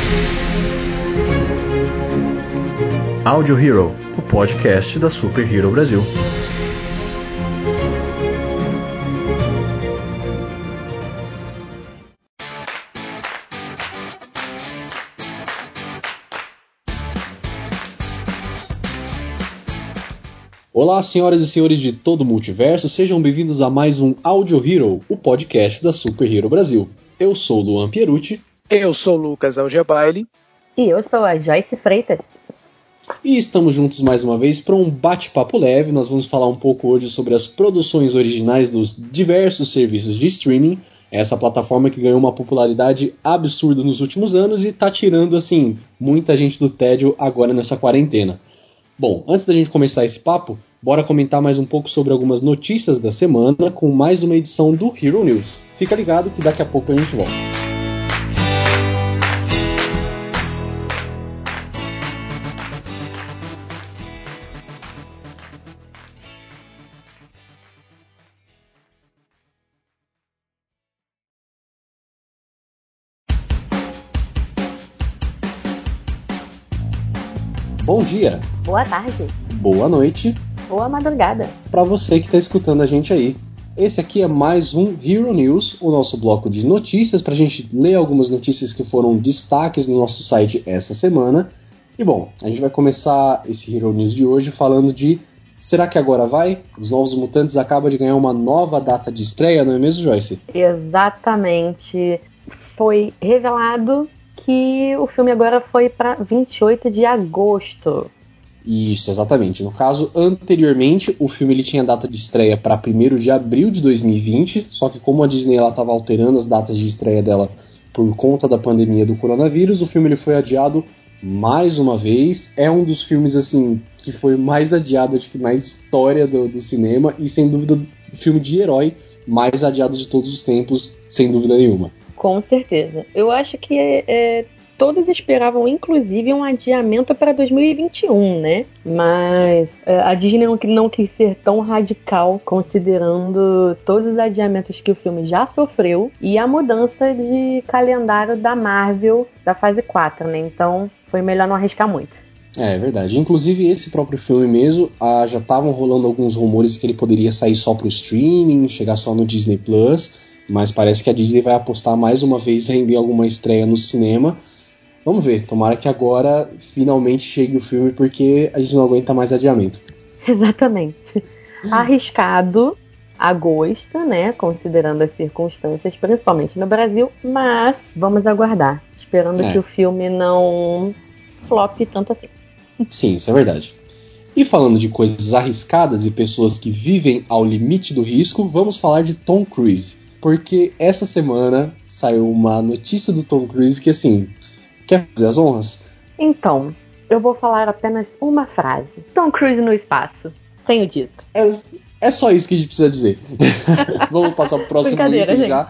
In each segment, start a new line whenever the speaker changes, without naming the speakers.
Audio Hero, o podcast da Super Hero Brasil.
Olá, senhoras e senhores de todo o multiverso, sejam bem-vindos a mais um Audio Hero, o podcast da Super Hero Brasil. Eu sou o Luan Pierucci.
Eu sou o Lucas Algebaile.
E eu sou a Joyce Freitas.
E estamos juntos mais uma vez para um bate-papo leve. Nós vamos falar um pouco hoje sobre as produções originais dos diversos serviços de streaming. Essa plataforma que ganhou uma popularidade absurda nos últimos anos e está tirando, assim, muita gente do tédio agora nessa quarentena. Bom, antes da gente começar esse papo, bora comentar mais um pouco sobre algumas notícias da semana com mais uma edição do Hero News. Fica ligado que daqui a pouco a gente volta. Bom dia,
Boa tarde,
boa noite,
boa madrugada.
para você que está escutando a gente aí. Esse aqui é mais um Hero News, o nosso bloco de notícias, para a gente ler algumas notícias que foram destaques no nosso site essa semana. E bom, a gente vai começar esse Hero News de hoje falando de será que agora vai? Os Novos Mutantes acabam de ganhar uma nova data de estreia, não é mesmo, Joyce?
Exatamente. Foi revelado que o filme agora foi para 28 de agosto.
Isso, exatamente. No caso, anteriormente, o filme ele tinha data de estreia para 1º de abril de 2020, só que como a Disney estava alterando as datas de estreia dela por conta da pandemia do coronavírus, o filme ele foi adiado mais uma vez. É um dos filmes assim que foi mais adiado acho que na história do cinema e sem dúvida o filme de herói mais adiado de todos os tempos, sem dúvida nenhuma.
Com certeza. Eu acho que todos esperavam, inclusive, um adiamento para 2021, né? Mas a Disney não quis ser tão radical, considerando todos os adiamentos que o filme já sofreu e a mudança de calendário da Marvel da fase 4, né? Então, foi melhor não arriscar muito.
É verdade. Inclusive, esse próprio filme mesmo, já estavam rolando alguns rumores que ele poderia sair só pro streaming, chegar só no Disney Plus, mas parece que a Disney vai apostar mais uma vez em alguma estreia no cinema. Vamos ver, tomara que agora finalmente chegue o filme, porque a gente não aguenta mais adiamento.
Exatamente. Arriscado, agosto, né? Considerando as circunstâncias, principalmente no Brasil, mas vamos aguardar, esperando que o filme não flope tanto assim.
Sim, isso é verdade. E falando de coisas arriscadas e pessoas que vivem ao limite do risco, vamos falar de Tom Cruise. Porque essa semana saiu uma notícia do Tom Cruise que, assim, quer fazer as honras?
Então, eu vou falar apenas uma frase. Tom Cruise no espaço. Tenho dito.
É só isso que a gente precisa dizer. Vamos passar pro próximo item já.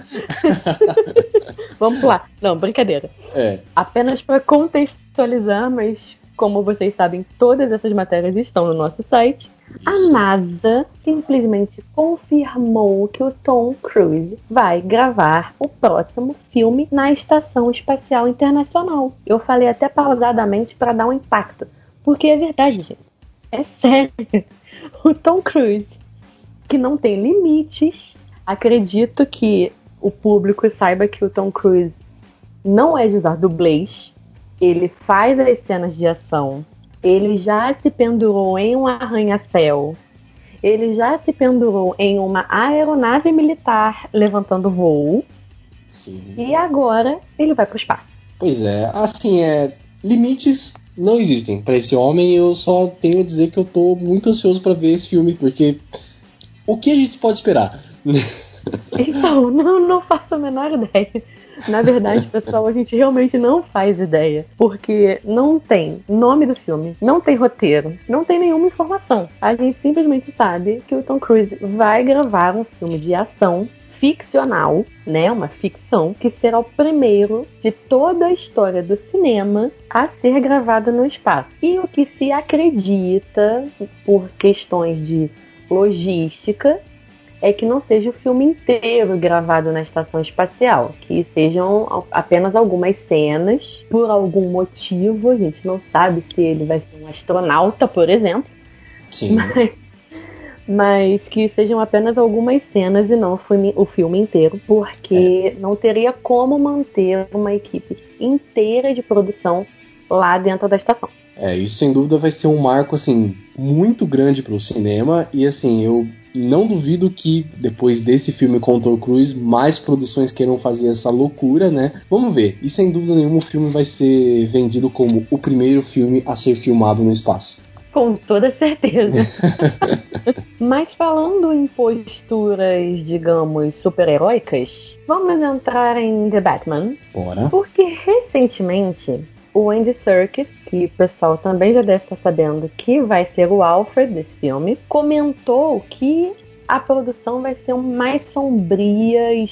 Vamos lá. Não, brincadeira. Apenas para contextualizar, mas como vocês sabem, todas essas matérias estão no nosso site. Isso. A NASA simplesmente confirmou que o Tom Cruise vai gravar o próximo filme na Estação Espacial Internacional. Eu falei até pausadamente para dar um impacto, porque é verdade, gente. É sério. O Tom Cruise, que não tem limites, acredito que o público saiba que o Tom Cruise não é de usar dublês. Ele faz as cenas de ação. Ele já se pendurou em um arranha-céu. Ele já se pendurou em uma aeronave militar levantando voo.
Sim.
E agora ele vai pro espaço.
Pois é, assim, limites não existem para esse homem. Eu só tenho a dizer que eu tô muito ansioso para ver esse filme, porque o que a gente pode esperar?
Então, não faço a menor ideia. Na verdade, pessoal, a gente realmente não faz ideia, porque não tem nome do filme, não tem roteiro, não tem nenhuma informação. A gente simplesmente sabe que o Tom Cruise vai gravar um filme de ação ficcional, né, uma ficção, que será o primeiro de toda a história do cinema a ser gravado no espaço. E o que se acredita, por questões de logística, é que não seja o filme inteiro gravado na estação espacial, que sejam apenas algumas cenas, por algum motivo, a gente não sabe se ele vai ser um astronauta, por exemplo.
Sim.
Mas que sejam apenas algumas cenas e não o filme inteiro, porque não teria como manter uma equipe inteira de produção lá dentro da estação.
Isso sem dúvida vai ser um marco, assim, muito grande para o cinema, e assim, eu não duvido que depois desse filme com o Tom Cruise, mais produções queiram fazer essa loucura, né? Vamos ver. E sem dúvida nenhuma o filme vai ser vendido como o primeiro filme a ser filmado no espaço.
Com toda certeza. Mas falando em posturas, digamos, super-heróicas, vamos entrar em The Batman.
Bora.
Porque recentemente o Andy Serkis, que o pessoal também já deve estar sabendo que vai ser o Alfred desse filme, comentou que a produção vai ser mais sombria e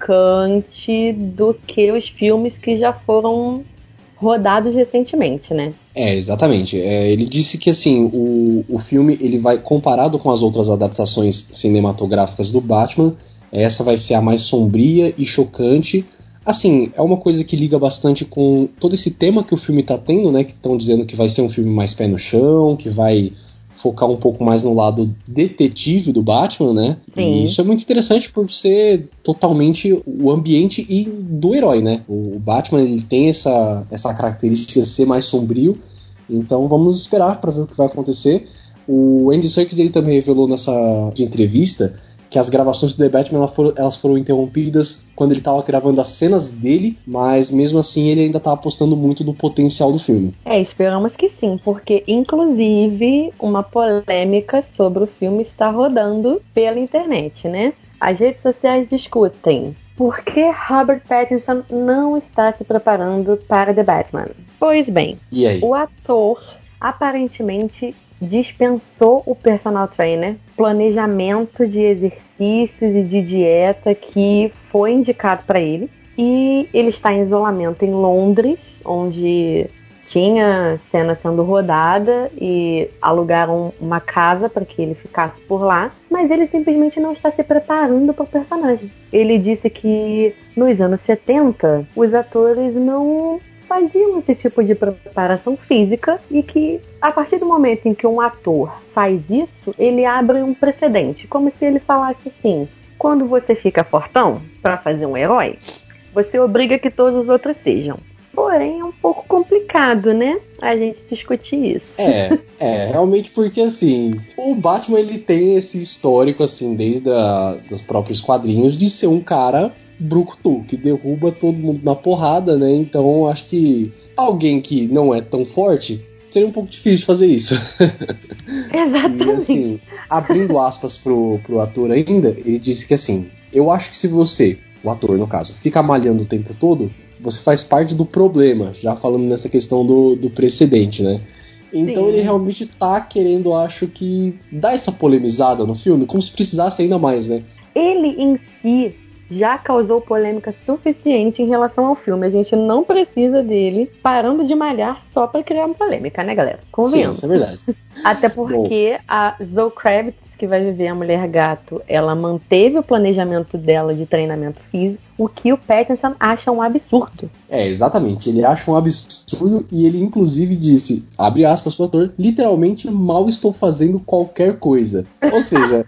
chocante do que os filmes que já foram rodados recentemente, né?
Exatamente. Ele disse que assim, o filme ele vai, comparado com as outras adaptações cinematográficas do Batman, essa vai ser a mais sombria e chocante. Assim, é uma coisa que liga bastante com todo esse tema que o filme tá tendo, né? Que estão dizendo que vai ser um filme mais pé no chão, que vai focar um pouco mais no lado detetive do Batman, né?
Sim.
E isso é muito interessante por ser totalmente o ambiente e do herói, né? O Batman ele tem essa característica de ser mais sombrio, então vamos esperar para ver o que vai acontecer. O Andy Serkis ele também revelou nessa entrevista que as gravações do The Batman elas foram interrompidas quando ele estava gravando as cenas dele, mas mesmo assim ele ainda estava apostando muito no potencial do filme.
Esperamos que sim, porque inclusive uma polêmica sobre o filme está rodando pela internet, né? As redes sociais discutem por que Robert Pattinson não está se preparando para The Batman. Pois bem,
e aí?
O ator aparentemente dispensou o personal trainer, planejamento de exercícios e de dieta que foi indicado para ele. E ele está em isolamento em Londres, onde tinha cena sendo rodada e alugaram uma casa para que ele ficasse por lá, mas ele simplesmente não está se preparando para o personagem. Ele disse que nos anos 70 os atores não faziam esse tipo de preparação física e que a partir do momento em que um ator faz isso, ele abre um precedente, como se ele falasse assim: quando você fica fortão para fazer um herói, você obriga que todos os outros sejam. Porém, é um pouco complicado, né? A gente discutir isso.
Realmente porque, assim, o Batman, ele tem esse histórico, assim, desde dos próprios quadrinhos, de ser um cara brucutu, que derruba todo mundo na porrada, né? Então, acho que alguém que não é tão forte, seria um pouco difícil de fazer isso.
Exatamente.
E, assim, abrindo aspas pro ator ainda, ele disse que, assim, eu acho que se você, o ator no caso, fica malhando o tempo todo, você faz parte do problema, já falando nessa questão do precedente, né? Então ele realmente tá querendo, acho que, dar essa polemizada no filme, como se precisasse ainda mais, né?
Ele em si já causou polêmica suficiente em relação ao filme. A gente não precisa dele parando de malhar só pra criar uma polêmica, né, galera? Convenhamos.
Sim, isso é verdade.
Até porque a Zoe Kravitz, que vai viver a Mulher Gato, ela manteve o planejamento dela de treinamento físico, o que o Pattinson acha um absurdo.
Exatamente. Ele acha um absurdo e ele inclusive disse, abre aspas pro ator, literalmente mal estou fazendo qualquer coisa. Ou seja...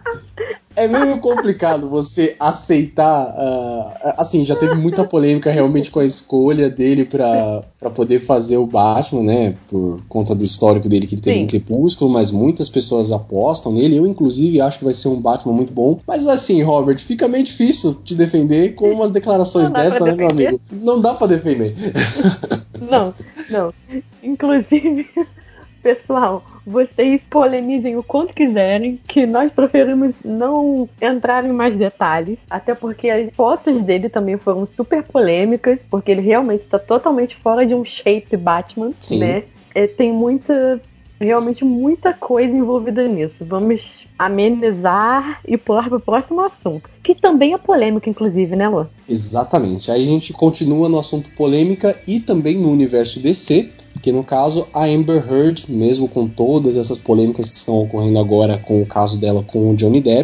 É meio complicado você aceitar, assim, já teve muita polêmica realmente com a escolha dele pra poder fazer o Batman, né, por conta do histórico dele que ele teve em Crepúsculo, mas muitas pessoas apostam nele, eu inclusive acho que vai ser um Batman muito bom, mas assim, Robert, fica meio difícil te defender com umas declarações dessas, né, meu amigo? Não dá pra defender.
Não. Inclusive... Pessoal, vocês polemizem o quanto quiserem, que nós preferimos não entrar em mais detalhes, até porque as fotos dele também foram super polêmicas, porque ele realmente está totalmente fora de um shape Batman,
Sim.
Né? Tem realmente muita coisa envolvida nisso. Vamos amenizar e pular para o próximo assunto, que também é polêmico, inclusive, né, Lô?
Exatamente. Aí a gente continua no assunto polêmica e também no universo DC, que no caso a Amber Heard, mesmo com todas essas polêmicas que estão ocorrendo agora com o caso dela com o Johnny Depp,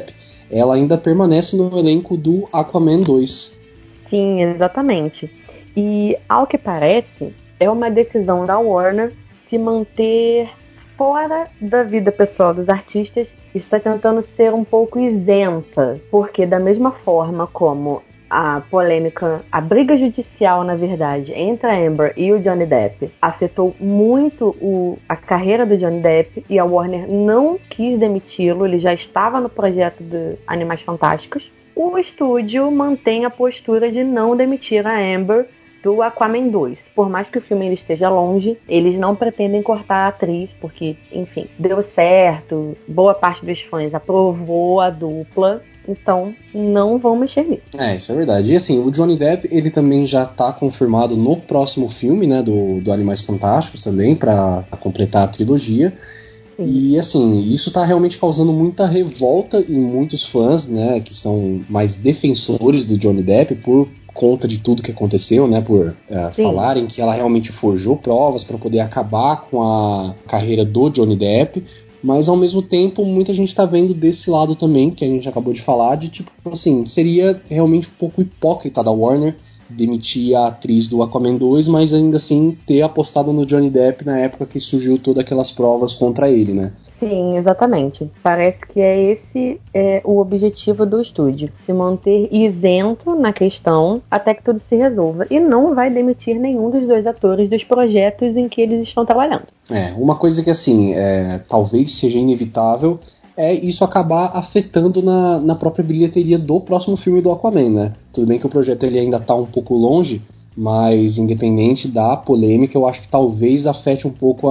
ela ainda permanece no elenco do Aquaman 2.
Sim, exatamente. E, ao que parece, é uma decisão da Warner se manter fora da vida pessoal dos artistas, está tentando ser um pouco isenta, porque da mesma forma como a polêmica, a briga judicial, na verdade, entre a Amber e o Johnny Depp afetou muito a carreira do Johnny Depp e a Warner não quis demiti-lo, ele já estava no projeto de Animais Fantásticos. O estúdio mantém a postura de não demitir a Amber do Aquaman 2. Por mais que o filme ele esteja longe, eles não pretendem cortar a atriz, porque, enfim, deu certo, boa parte dos fãs aprovou a dupla, então não vão mexer nisso.
Isso é verdade. E assim, o Johnny Depp, ele também já tá confirmado no próximo filme, né, do Animais Fantásticos também, para completar a trilogia. Sim. E assim, isso tá realmente causando muita revolta em muitos fãs, né, que são mais defensores do Johnny Depp por conta de tudo que aconteceu, né, por falarem que ela realmente forjou provas para poder acabar com a carreira do Johnny Depp, mas ao mesmo tempo muita gente tá vendo desse lado também, que a gente acabou de falar, de tipo assim, seria realmente um pouco hipócrita da Warner demitir a atriz do Aquaman 2, mas ainda assim ter apostado no Johnny Depp na época que surgiu todas aquelas provas contra ele, né?
Sim, exatamente. Parece que esse é o objetivo do estúdio, se manter isento na questão até que tudo se resolva, e não vai demitir nenhum dos dois atores dos projetos em que eles estão trabalhando.
Uma coisa que assim, talvez seja inevitável é isso acabar afetando na própria bilheteria do próximo filme do Aquaman, né? Tudo bem que o projeto ele ainda tá um pouco longe, mas independente da polêmica, eu acho que talvez afete um pouco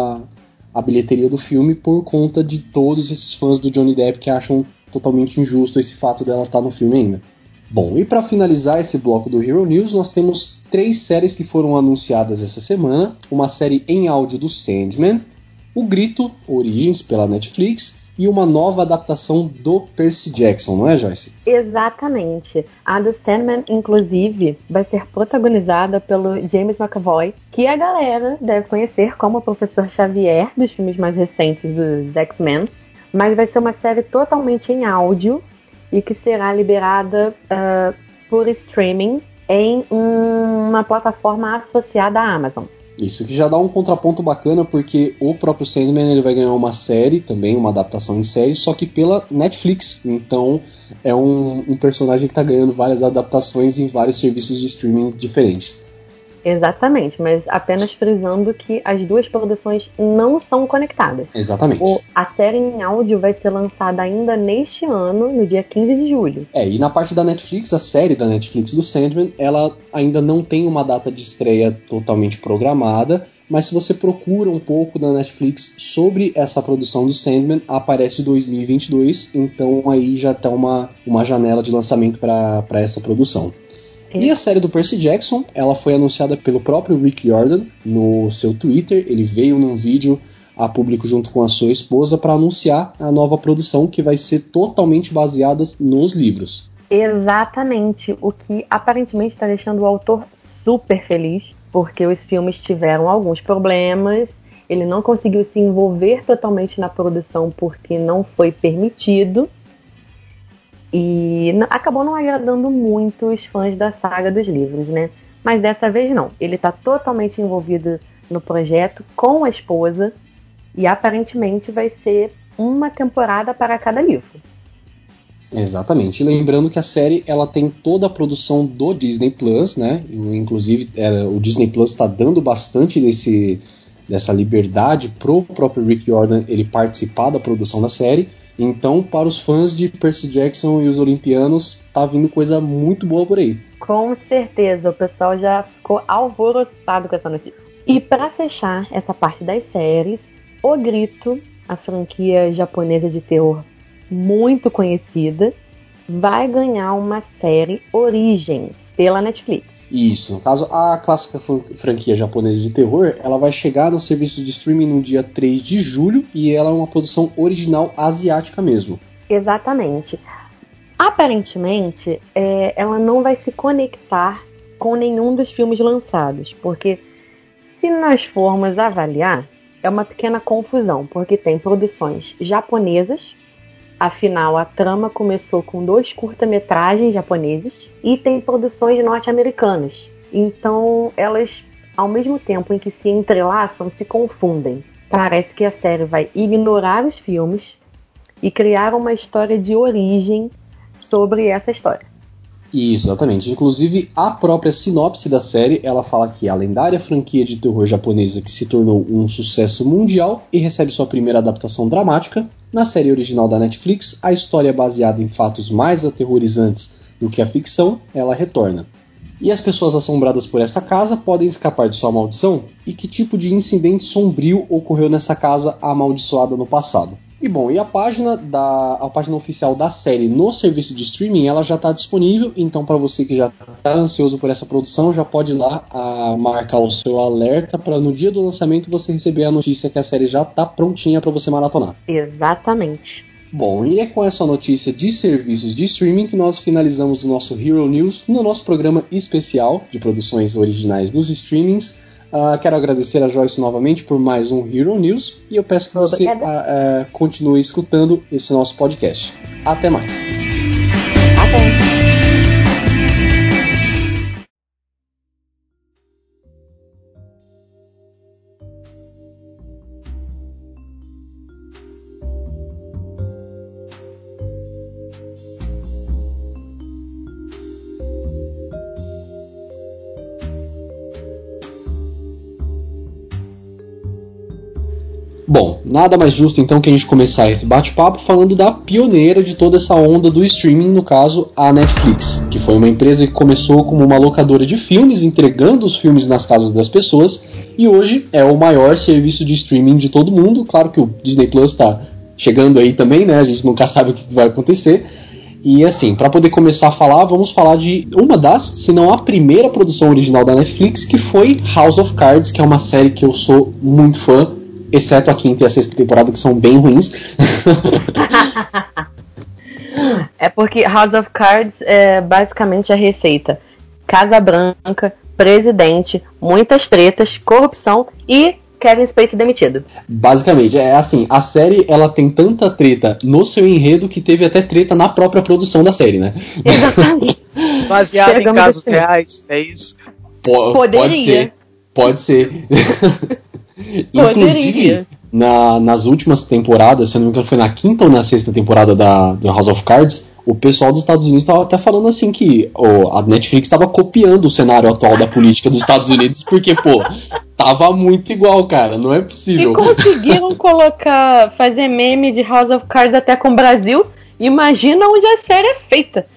a bilheteria do filme por conta de todos esses fãs do Johnny Depp que acham totalmente injusto esse fato dela estar no filme ainda. Bom, e para finalizar esse bloco do Hero News, nós temos 3 séries que foram anunciadas essa semana. Uma série em áudio do Sandman, O Grito, Origins, pela Netflix, e uma nova adaptação do Percy Jackson, não é, Joyce?
Exatamente. A do Sandman, inclusive, vai ser protagonizada pelo James McAvoy, que a galera deve conhecer como o Professor Xavier dos filmes mais recentes dos X-Men, mas vai ser uma série totalmente em áudio e que será liberada por streaming em uma plataforma associada à Amazon.
Isso que já dá um contraponto bacana, porque o próprio Sandman ele vai ganhar uma série também, uma adaptação em série, só que pela Netflix. Então é um personagem que está ganhando várias adaptações em vários serviços de streaming diferentes.
Exatamente, mas apenas frisando que as duas produções não são conectadas.
Exatamente.
A série em áudio vai ser lançada ainda neste ano, no dia 15 de julho.
E na parte da Netflix, a série da Netflix do Sandman, ela ainda não tem uma data de estreia totalmente programada, mas se você procura um pouco na Netflix sobre essa produção do Sandman, aparece 2022, então aí já tá uma janela de lançamento para essa produção. E a série do Percy Jackson, ela foi anunciada pelo próprio Rick Riordan no seu Twitter. Ele veio num vídeo a público junto com a sua esposa para anunciar a nova produção que vai ser totalmente baseada nos livros.
Exatamente, o que aparentemente está deixando o autor super feliz, porque os filmes tiveram alguns problemas, ele não conseguiu se envolver totalmente na produção porque não foi permitido. E acabou não agradando muito os fãs da saga dos livros, né? Mas dessa vez não. Ele está totalmente envolvido no projeto com a esposa e aparentemente vai ser uma temporada para cada livro.
Exatamente. E lembrando que a série ela tem toda a produção do Disney Plus, né? Inclusive o Disney Plus está dando bastante dessa liberdade pro próprio Rick Riordan ele participar da produção da série. Então, para os fãs de Percy Jackson e os Olimpianos, tá vindo coisa muito boa por aí.
Com certeza, o pessoal já ficou alvoroçado com essa notícia. E para fechar essa parte das séries, O Grito, a franquia japonesa de terror muito conhecida, vai ganhar uma série Origins pela Netflix.
Isso, no caso, a clássica franquia japonesa de terror, ela vai chegar no serviço de streaming no dia 3 de julho e ela é uma produção original asiática mesmo.
Exatamente. Aparentemente, ela não vai se conectar com nenhum dos filmes lançados, porque se nós formos avaliar, é uma pequena confusão, porque tem produções japonesas Afinal, a trama começou com 2 curta-metragens japoneses e tem produções norte-americanas. Então, elas, ao mesmo tempo em que se entrelaçam, se confundem. Parece que a série vai ignorar os filmes e criar uma história de origem sobre essa história.
Isso, exatamente. Inclusive, a própria sinopse da série, ela fala que a lendária franquia de terror japonesa que se tornou um sucesso mundial e recebe sua primeira adaptação dramática, na série original da Netflix, a história baseada em fatos mais aterrorizantes do que a ficção, ela retorna. E as pessoas assombradas por essa casa podem escapar de sua maldição? E que tipo de incidente sombrio ocorreu nessa casa amaldiçoada no passado? E bom, e a página oficial da série no serviço de streaming, ela já está disponível, então para você que já está ansioso por essa produção, já pode ir lá marcar o seu alerta para no dia do lançamento você receber a notícia que a série já está prontinha para você maratonar.
Exatamente.
Bom, e é com essa notícia de serviços de streaming que nós finalizamos o nosso Hero News no nosso programa especial de produções originais dos streamings. Quero agradecer a Joyce novamente por mais um Hero News e eu peço que você continue escutando esse nosso podcast. Até mais.
Até.
Bom, nada mais justo então que a gente começar esse bate-papo falando da pioneira de toda essa onda do streaming, no caso a Netflix, que foi uma empresa que começou como uma locadora de filmes, entregando os filmes nas casas das pessoas, e hoje é o maior serviço de streaming de todo mundo. Claro que o Disney Plus está chegando aí também, né? A gente nunca sabe o que vai acontecer. E assim, para poder começar a falar, vamos falar de uma das, se não a primeira produção original da Netflix, que foi House of Cards, que é uma série que eu sou muito fã, exceto a 5ª e a 6ª temporada, que são bem ruins.
É porque House of Cards é basicamente a receita: Casa Branca, presidente, muitas tretas, corrupção e Kevin Spacey demitido.
Basicamente, é assim, a série ela tem tanta treta no seu enredo que teve até treta na própria produção da série, né?
Exatamente.
Baseado em casos reais, é isso?
Poderia.
Pode ser. Inclusive, nas últimas temporadas, se eu não me engano foi na 5ª ou na 6ª temporada da House of Cards, o pessoal dos Estados Unidos estava até falando assim que a Netflix estava copiando o cenário atual da política dos Estados Unidos, porque, tava muito igual, cara, não é possível.
E conseguiram fazer meme de House of Cards até com o Brasil, imagina onde a série é feita.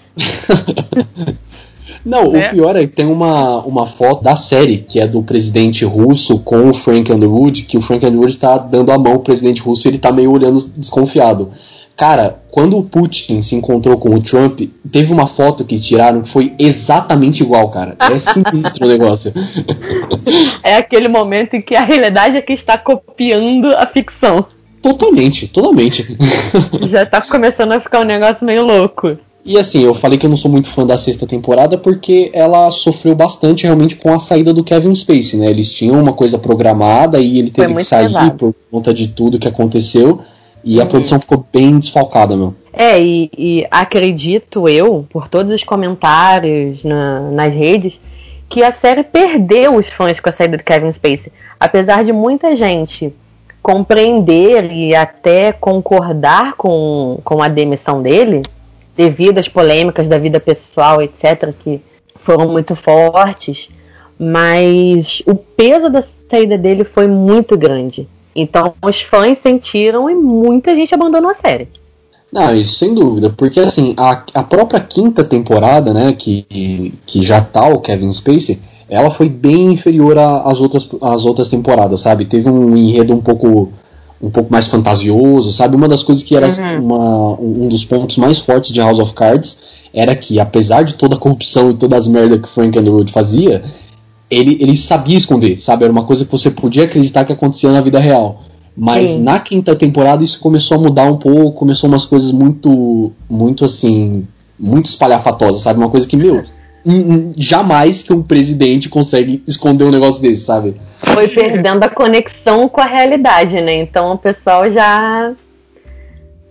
Não, o pior é que tem uma foto da série, que é do presidente russo com o Frank Underwood, que o Frank Underwood está dando a mão ao presidente russo e ele tá meio olhando desconfiado. Cara, quando o Putin se encontrou com o Trump, teve uma foto que tiraram que foi exatamente igual, cara. É sinistro o negócio.
É aquele momento em que a realidade é que está copiando a ficção.
Totalmente.
Já tá começando a ficar um negócio meio louco.
E assim, eu falei que eu não sou muito fã da 6ª temporada porque ela sofreu bastante realmente com a saída do Kevin Spacey, né? Eles tinham uma coisa programada e ele teve que sair por conta de tudo que aconteceu e a produção ficou bem desfalcada, meu.
E acredito eu, por todos os comentários nas redes, que a série perdeu os fãs com a saída do Kevin Spacey. Apesar de muita gente compreender e até concordar com a demissão dele, devido às polêmicas da vida pessoal, etc., que foram muito fortes, mas o peso da saída dele foi muito grande. Então os fãs sentiram e muita gente abandonou a série.
Não, isso sem dúvida, porque assim, a própria 5ª temporada, né, que já tá o Kevin Spacey, ela foi bem inferior às outras temporadas, sabe? Teve um enredo um pouco mais fantasioso, sabe? Uma das coisas que era um dos pontos mais fortes de House of Cards era que, apesar de toda a corrupção e todas as merdas que o Frank Underwood fazia, ele sabia esconder, sabe? Era uma coisa que você podia acreditar que acontecia na vida real. Mas na 5ª temporada isso começou a mudar um pouco, começou umas coisas muito assim, muito espalhafatosas, sabe? Uma coisa que, jamais que um presidente consegue esconder um negócio desse, sabe?
Foi perdendo a conexão com a realidade, né? Então o pessoal já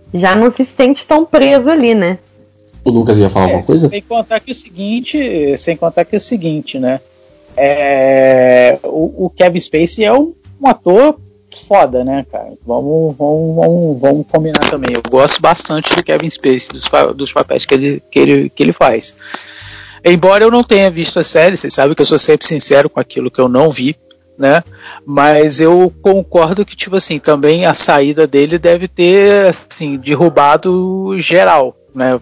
já não se sente tão preso ali, né?
O Lucas ia falar alguma coisa?
Sem contar que o seguinte, né? O Kevin Spacey é um ator foda, né, cara? Vamos combinar também. Eu gosto bastante do Kevin Spacey, dos papéis que ele faz. Embora eu não tenha visto a série, vocês sabem que eu sou sempre sincero com aquilo que eu não vi, né? Mas eu concordo que, tipo assim, também a saída dele deve ter, assim, derrubado geral, né?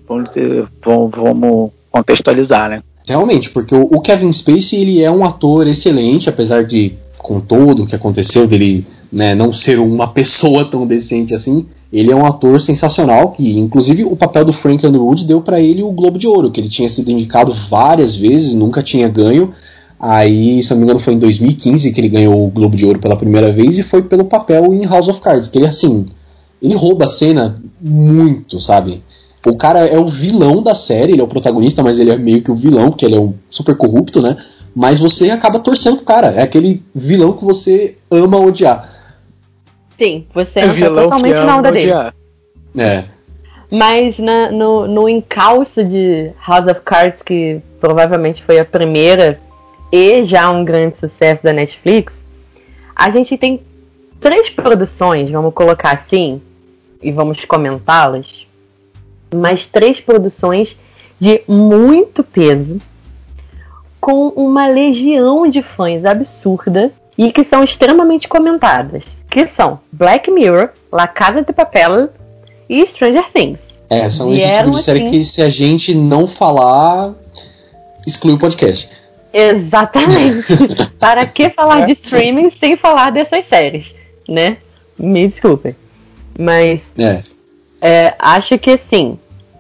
Vamos contextualizar, né?
Realmente, porque o Kevin Spacey, ele é um ator excelente, apesar de, com todo o que aconteceu dele, né, não ser uma pessoa tão decente assim, ele é um ator sensacional, que inclusive o papel do Frank Underwood deu pra ele o Globo de Ouro, que ele tinha sido indicado várias vezes, nunca tinha ganho. Aí, se não me engano, foi em 2015 que ele ganhou o Globo de Ouro pela primeira vez, e foi pelo papel em House of Cards, que ele, assim, ele rouba a cena muito, sabe? O cara é o vilão da série, ele é o protagonista, mas ele é meio que o vilão, porque ele é um super corrupto, né? Mas você acaba torcendo pro cara, é aquele vilão que você ama odiar.
Sim, você entra totalmente na onda dele.
É.
Mas no encalço de House of Cards, que provavelmente foi a primeira e já um grande sucesso da Netflix, a gente tem 3 produções, vamos colocar assim, e vamos comentá-las, mas 3 produções de muito peso, com uma legião de fãs absurda e que são extremamente comentadas, que são Black Mirror, La Casa de Papel e Stranger Things.
São esse tipo de série que, se a gente não falar, exclui o podcast.
Exatamente. Para que falar de streaming sem falar dessas séries, né? Me desculpem. Mas acho que sim.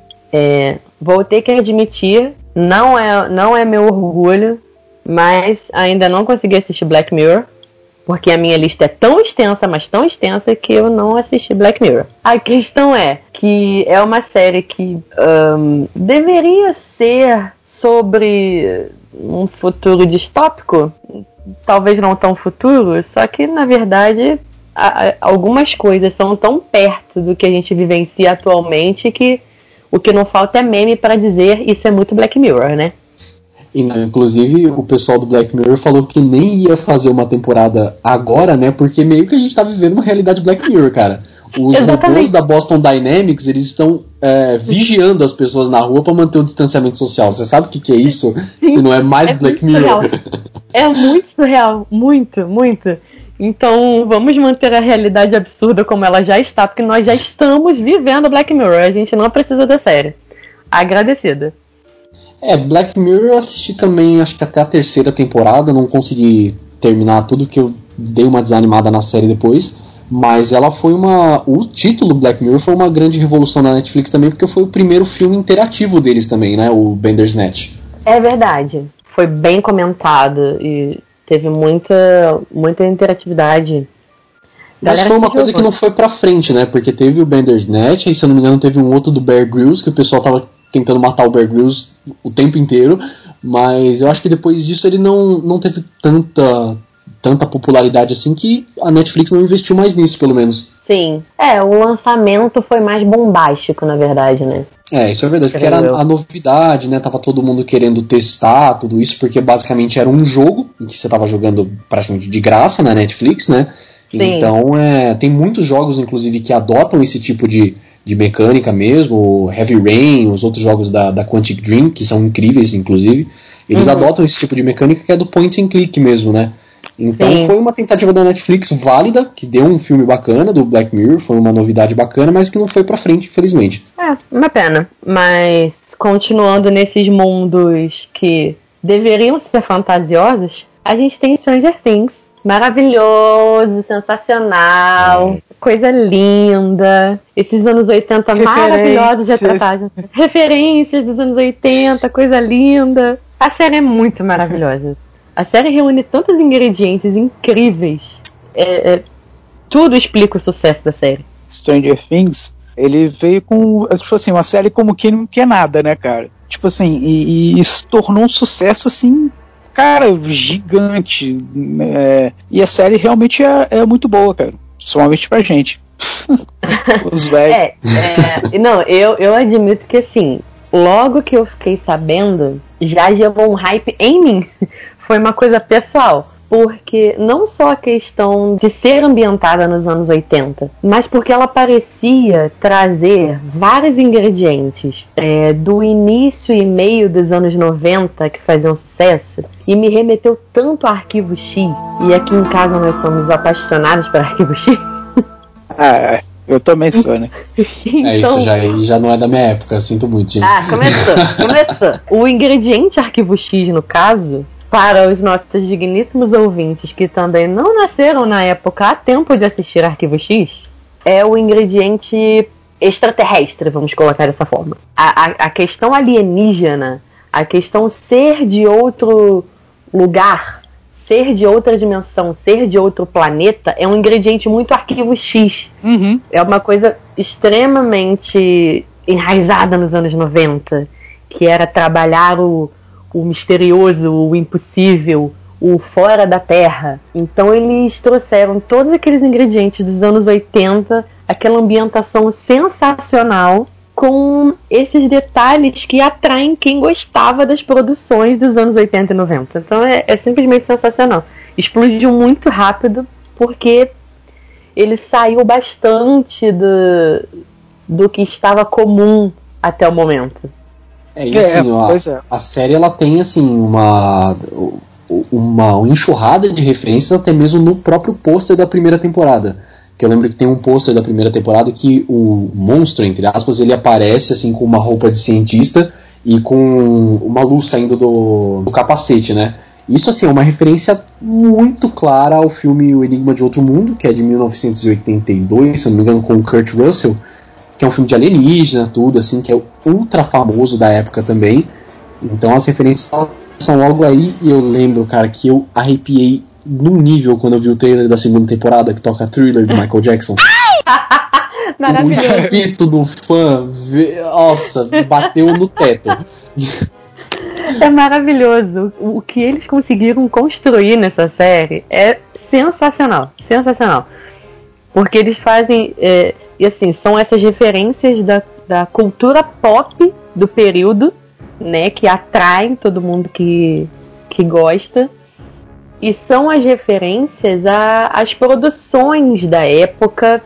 Vou ter que admitir, não é meu orgulho, mas ainda não consegui assistir Black Mirror, porque a minha lista é tão extensa, mas tão extensa, que eu não assisti Black Mirror. A questão é que é uma série que deveria ser sobre um futuro distópico, talvez não tão futuro, só que na verdade algumas coisas são tão perto do que a gente vivencia atualmente que o que não falta é meme para dizer isso é muito Black Mirror, né?
Inclusive o pessoal do Black Mirror falou que nem ia fazer uma temporada agora, né? Porque meio que a gente tá vivendo uma realidade Black Mirror, cara. Os robôs da Boston Dynamics, eles estão vigiando as pessoas na rua para manter o distanciamento social. Você sabe o que é isso? Sim, se não é mais Black Mirror?
É muito surreal. Muito, muito. Então, vamos manter a realidade absurda como ela já está, porque nós já estamos vivendo Black Mirror. A gente não precisa da série. Agradecida.
Black Mirror eu assisti também, acho que até a 3ª temporada. Não consegui terminar tudo, que eu dei uma desanimada na série depois. Mas ela foi o título Black Mirror foi uma grande revolução na Netflix também, porque foi o primeiro filme interativo deles também, né? O Bandersnatch.
É verdade. Foi bem comentado e teve muita interatividade.
Mas foi uma coisa que não foi pra frente, né? Porque teve o Bandersnatch, e se eu não me engano teve um outro do Bear Grylls, que o pessoal tava tentando matar o Bear Grylls o tempo inteiro. Mas eu acho que depois disso ele não teve tanta popularidade assim, que a Netflix não investiu mais nisso, pelo menos.
Sim. O lançamento foi mais bombástico, na verdade, né?
Isso é verdade, porque era a novidade, né? Tava todo mundo querendo testar tudo isso, porque basicamente era um jogo em que você tava jogando praticamente de graça na Netflix, né? Sim. Então tem muitos jogos, inclusive, que adotam esse tipo de mecânica mesmo. O Heavy Rain, os outros jogos da Quantic Dream, que são incríveis, inclusive, eles adotam esse tipo de mecânica que é do point and click mesmo, né? Então foi uma tentativa da Netflix válida, que deu um filme bacana do Black Mirror, foi uma novidade bacana, mas que não foi pra frente, infelizmente.
Uma pena. Mas continuando nesses mundos que deveriam ser fantasiosos, a gente tem Stranger Things. Maravilhoso, sensacional, coisa linda. Esses anos 80 maravilhosos retratados. Referências dos anos 80, coisa linda. A série é muito maravilhosa. A série reúne tantos ingredientes incríveis. Tudo explica o sucesso da série.
Stranger Things, ele veio com, tipo assim, uma série como quem não quer nada, né, cara? Tipo assim, e se tornou um sucesso, assim, cara, gigante. E a série realmente é muito boa, cara. Somente pra gente. Os velhos.
Não, eu admito que assim, logo que eu fiquei sabendo, já gerou um hype em mim. Foi uma coisa pessoal. Porque não só a questão de ser ambientada nos anos 80, mas porque ela parecia trazer vários ingredientes do início e meio dos anos 90 que faziam sucesso, e me remeteu tanto a Arquivo X, e aqui em casa nós somos apaixonados por Arquivo X.
Eu também sou, né?
Então, isso já não é da minha época, sinto muito, gente.
Começou. O ingrediente Arquivo X, no caso, para os nossos digníssimos ouvintes que também não nasceram na época a tempo de assistir Arquivo X, é o ingrediente extraterrestre, vamos colocar dessa forma. A questão alienígena, a questão ser de outro lugar, ser de outra dimensão, ser de outro planeta, é um ingrediente muito Arquivo X.
Uhum.
É uma coisa extremamente enraizada nos anos 90, que era trabalhar o misterioso, o impossível, o fora da Terra. Então eles trouxeram todos aqueles ingredientes dos anos 80, aquela ambientação sensacional, com esses detalhes que atraem quem gostava das produções dos anos 80 e 90. Então é simplesmente sensacional. Explodiu muito rápido, porque ele saiu bastante do que estava comum até o momento.
A série ela tem assim uma enxurrada de referências até mesmo no próprio pôster da primeira temporada. Que eu lembro que tem um pôster da primeira temporada que o monstro, entre aspas, ele aparece assim com uma roupa de cientista e com uma luz saindo do capacete, né? Isso assim é uma referência muito clara ao filme O Enigma de Outro Mundo, que é de 1982, se eu não me engano, com o Kurt Russell, que é um filme de alienígena, tudo assim, que é ultra famoso da época também. Então as referências são logo aí, e eu lembro, cara, que eu arrepiei num nível quando eu vi o trailer da segunda temporada, que toca Thriller do Michael Jackson. O espírito do fã, nossa, bateu no teto.
É maravilhoso. O que eles conseguiram construir nessa série é sensacional. Sensacional. Porque eles fazem... e assim, são essas referências da cultura pop do período, né, que atraem todo mundo que gosta, e são as referências às produções da época,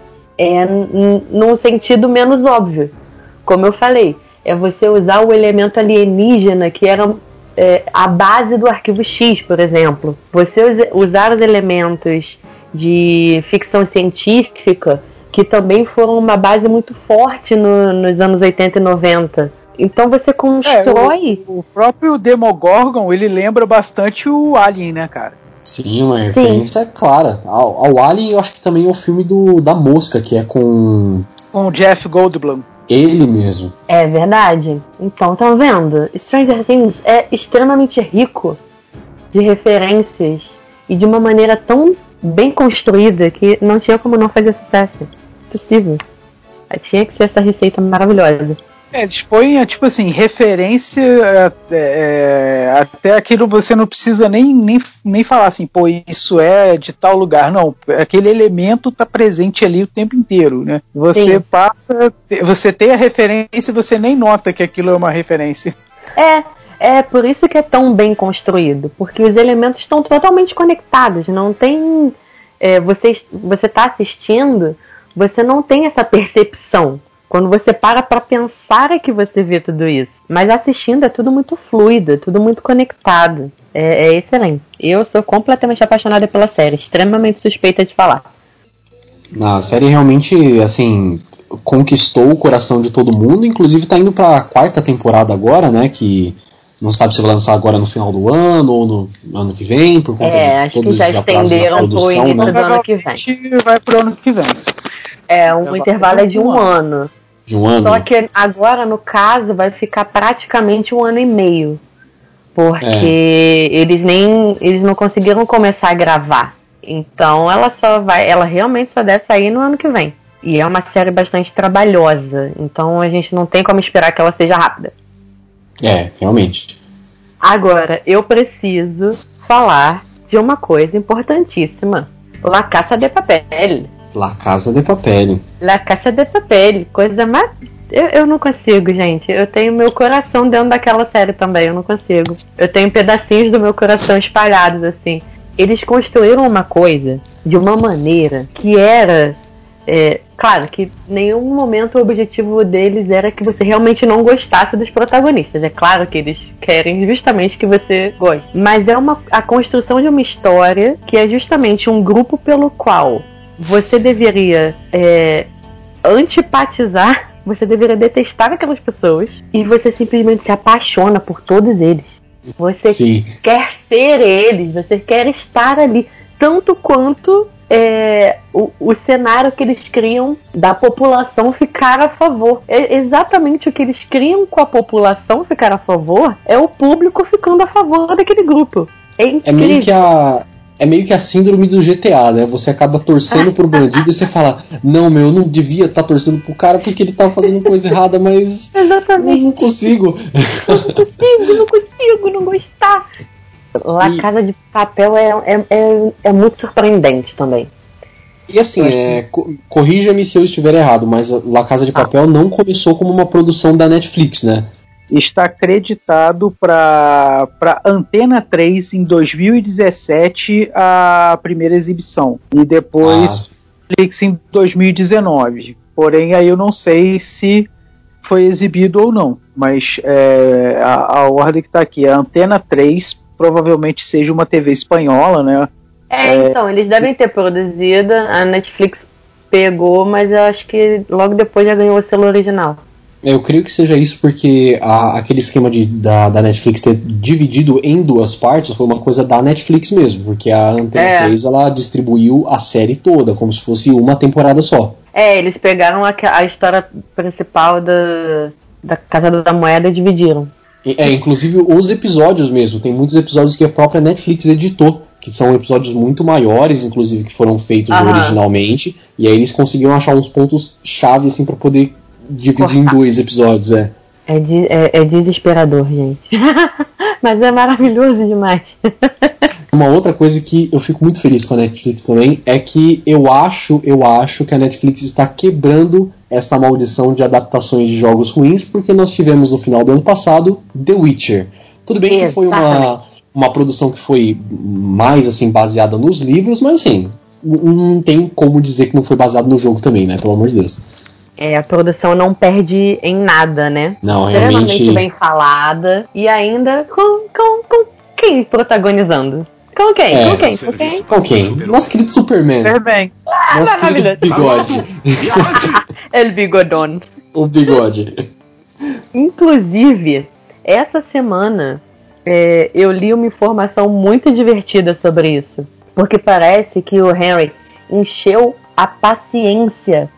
num sentido menos óbvio. Como eu falei, é você usar o elemento alienígena, que era a base do Arquivo X, por exemplo. Você usar os elementos de ficção científica, que também foram uma base muito forte nos anos 80 e 90. Então você constrói...
O próprio Demogorgon, ele lembra bastante o Alien, né, cara?
Sim, uma referência clara. Ao Alien, eu acho que também é o filme da Mosca, que é com
o Jeff Goldblum.
Ele mesmo.
É verdade. Então, tá vendo? Stranger Things é extremamente rico de referências e de uma maneira tão bem construída que não tinha como não fazer sucesso. Possível. Tinha que ser essa receita maravilhosa.
Eles põem, tipo assim, referência até aquilo você não precisa nem falar assim, pô, isso é de tal lugar. Não, aquele elemento tá presente ali o tempo inteiro, né? Você passa, você tem a referência e você nem nota que aquilo é uma referência.
É por isso que é tão bem construído, porque os elementos estão totalmente conectados, não tem... você tá assistindo, você não tem essa percepção. Quando você para pensar é que você vê tudo isso. Mas assistindo é tudo muito fluido, é tudo muito conectado. É excelente. Eu sou completamente apaixonada pela série, extremamente suspeita de falar.
A série realmente, assim, conquistou o coração de todo mundo, inclusive tá indo pra 4ª temporada agora, né, que não sabe se vai lançar agora no final do ano ou no ano que vem, por conta de
acho
todos
que já
os atrasos
estenderam
da produção,
pro início
né?
do ano que vem.
Vai pro ano que vem.
O intervalo é de um ano.
De um ano?
Só que agora, no caso, vai ficar praticamente 1 ano e meio. Porque eles não conseguiram começar a gravar. Então ela realmente só deve sair no ano que vem. E é uma série bastante trabalhosa. Então a gente não tem como esperar que ela seja rápida.
Realmente.
Agora, eu preciso falar de uma coisa importantíssima. La Casa de Papel.
La Casa de Papel.
La Casa de Papel, coisa mais... Eu não consigo, gente. Eu tenho meu coração dentro daquela série também, eu não consigo. Eu tenho pedacinhos do meu coração espalhados, assim. Eles construíram uma coisa de uma maneira que era... claro que nenhum momento o objetivo deles era que você realmente não gostasse dos protagonistas. É claro que eles querem justamente que você goste. Mas é a construção de uma história que é justamente um grupo pelo qual você deveria antipatizar, você deveria detestar aquelas pessoas e você simplesmente se apaixona por todos eles. Você
Sim.
quer ser eles, você quer estar ali. Tanto quanto o cenário que eles criam da população ficar a favor. Exatamente o que eles criam com a população ficar a favor é o público ficando a favor daquele grupo. É incrível.
É meio que a síndrome do GTA, né? Você acaba torcendo pro bandido e você fala, não, eu não devia estar torcendo pro cara porque ele tá fazendo coisa errada, mas
Exatamente.
Eu não consigo
não gostar. La Casa de Papel é muito surpreendente também.
E assim, corrija-me se eu estiver errado, mas La Casa de Papel não começou como uma produção da Netflix, né?
Está acreditado para Antena 3 em 2017 a primeira exibição. E depois Netflix em 2019. Porém, aí eu não sei se foi exibido ou não. Mas a ordem que está aqui é Antena 3, provavelmente seja uma TV espanhola, né?
Então, eles devem ter produzido, a Netflix pegou, mas eu acho que logo depois já ganhou o selo original.
Eu creio que seja isso porque aquele esquema da Netflix ter dividido em duas partes foi uma coisa da Netflix mesmo, porque a Antena 3 ela distribuiu a série toda, como se fosse uma temporada só.
Eles pegaram a história principal da Casa da Moeda e dividiram.
Inclusive os episódios mesmo, tem muitos episódios que a própria Netflix editou, que são episódios muito maiores, inclusive, que foram feitos originalmente, e aí eles conseguiram achar uns pontos-chave assim, pra poder dividir em 2 episódios,
É desesperador, gente. Mas é maravilhoso demais.
Uma outra coisa que eu fico muito feliz com a Netflix também é que eu acho que a Netflix está quebrando essa maldição de adaptações de jogos ruins, porque nós tivemos no final do ano passado The Witcher. Tudo bem que foi uma produção que foi mais assim baseada nos livros, mas assim, não tem como dizer que não foi baseado no jogo também, né? Pelo amor de Deus.
A produção não perde em nada, né?
Não,
extremamente
realmente
bem falada e ainda com quem protagonizando? Com quem?
Com quem? Nosso querido Superman.
Superman.
Nosso querido Bigode.
El Bigodon.
O Bigode.
Inclusive, essa semana eu li uma informação muito divertida sobre isso. Porque parece que o Henry encheu a paciência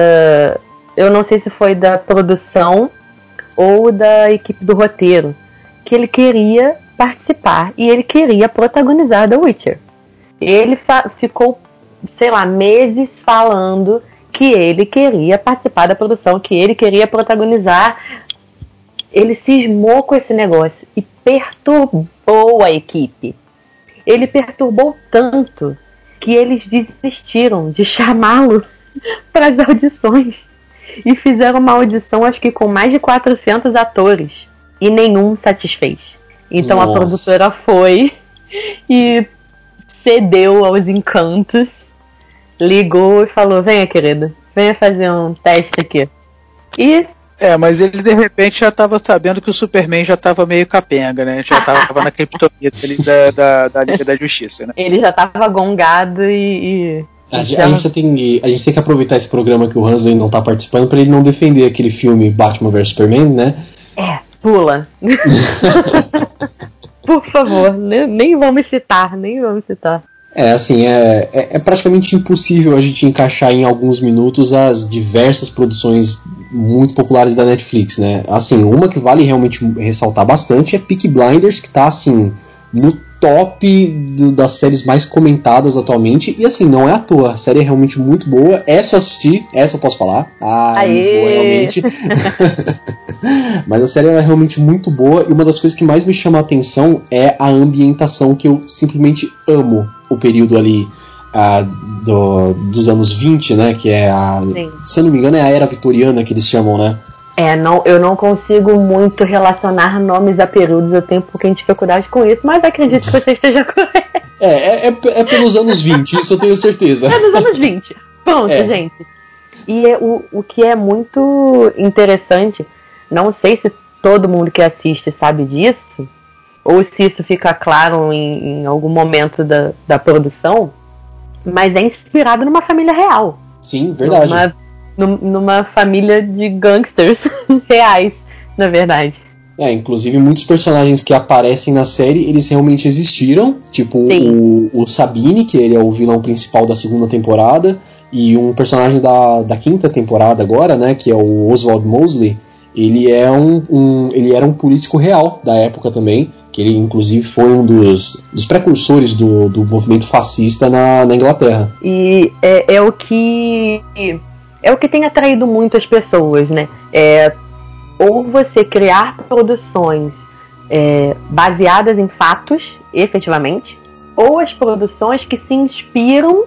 eu não sei se foi da produção ou da equipe do roteiro, que ele queria participar e ele queria protagonizar The Witcher. Ele ficou, meses falando que ele queria participar da produção, que ele queria protagonizar. Ele cismou com esse negócio e perturbou a equipe. Ele perturbou tanto que eles desistiram de chamá-lo para as audições e fizeram uma audição, acho que com mais de 400 atores, e nenhum satisfez. Então a produtora foi e cedeu aos encantos, ligou e falou: venha, querida, venha fazer um teste aqui. E
mas ele de repente já estava sabendo que o Superman já estava meio capenga, né? Já estava na criptonita ali da Liga da Justiça, né?
Ele já estava gongado e
a gente tem que aproveitar esse programa que o Hansley não tá participando pra ele não defender aquele filme Batman vs Superman, né?
Pula. Por favor, nem vamos citar.
É praticamente impossível a gente encaixar em alguns minutos as diversas produções muito populares da Netflix, né? Assim, uma que vale realmente ressaltar bastante é Peaky Blinders, que tá assim no top das séries mais comentadas atualmente, e assim, não é à toa, a série é realmente muito boa. Essa eu assisti, essa eu posso falar. É muito boa, realmente. Mas a série é realmente muito boa, e uma das coisas que mais me chama a atenção é a ambientação, que eu simplesmente amo o período ali dos anos 20, né? Que é se eu não me engano, é a era vitoriana que eles chamam, né?
Eu não consigo muito relacionar nomes a períodos, eu tenho um pouquinho de dificuldade com isso, mas acredito que você esteja correto.
É pelos anos 20, isso eu tenho certeza.
É dos anos 20. Pronto, gente. E o que é muito interessante, não sei se todo mundo que assiste sabe disso, ou se isso fica claro em algum momento da produção, mas é inspirado numa família real.
Sim, verdade.
Numa família de gangsters reais, na verdade.
Inclusive muitos personagens que aparecem na série, eles realmente existiram, tipo o Sabine, que ele é o vilão principal da segunda temporada, e um personagem da quinta temporada agora, né, que é o Oswald Mosley, ele era um político real da época também, que ele inclusive foi um dos precursores do movimento fascista na Inglaterra.
E é o que tem atraído muito as pessoas, né? Ou você criar produções baseadas em fatos, efetivamente, ou as produções que se inspiram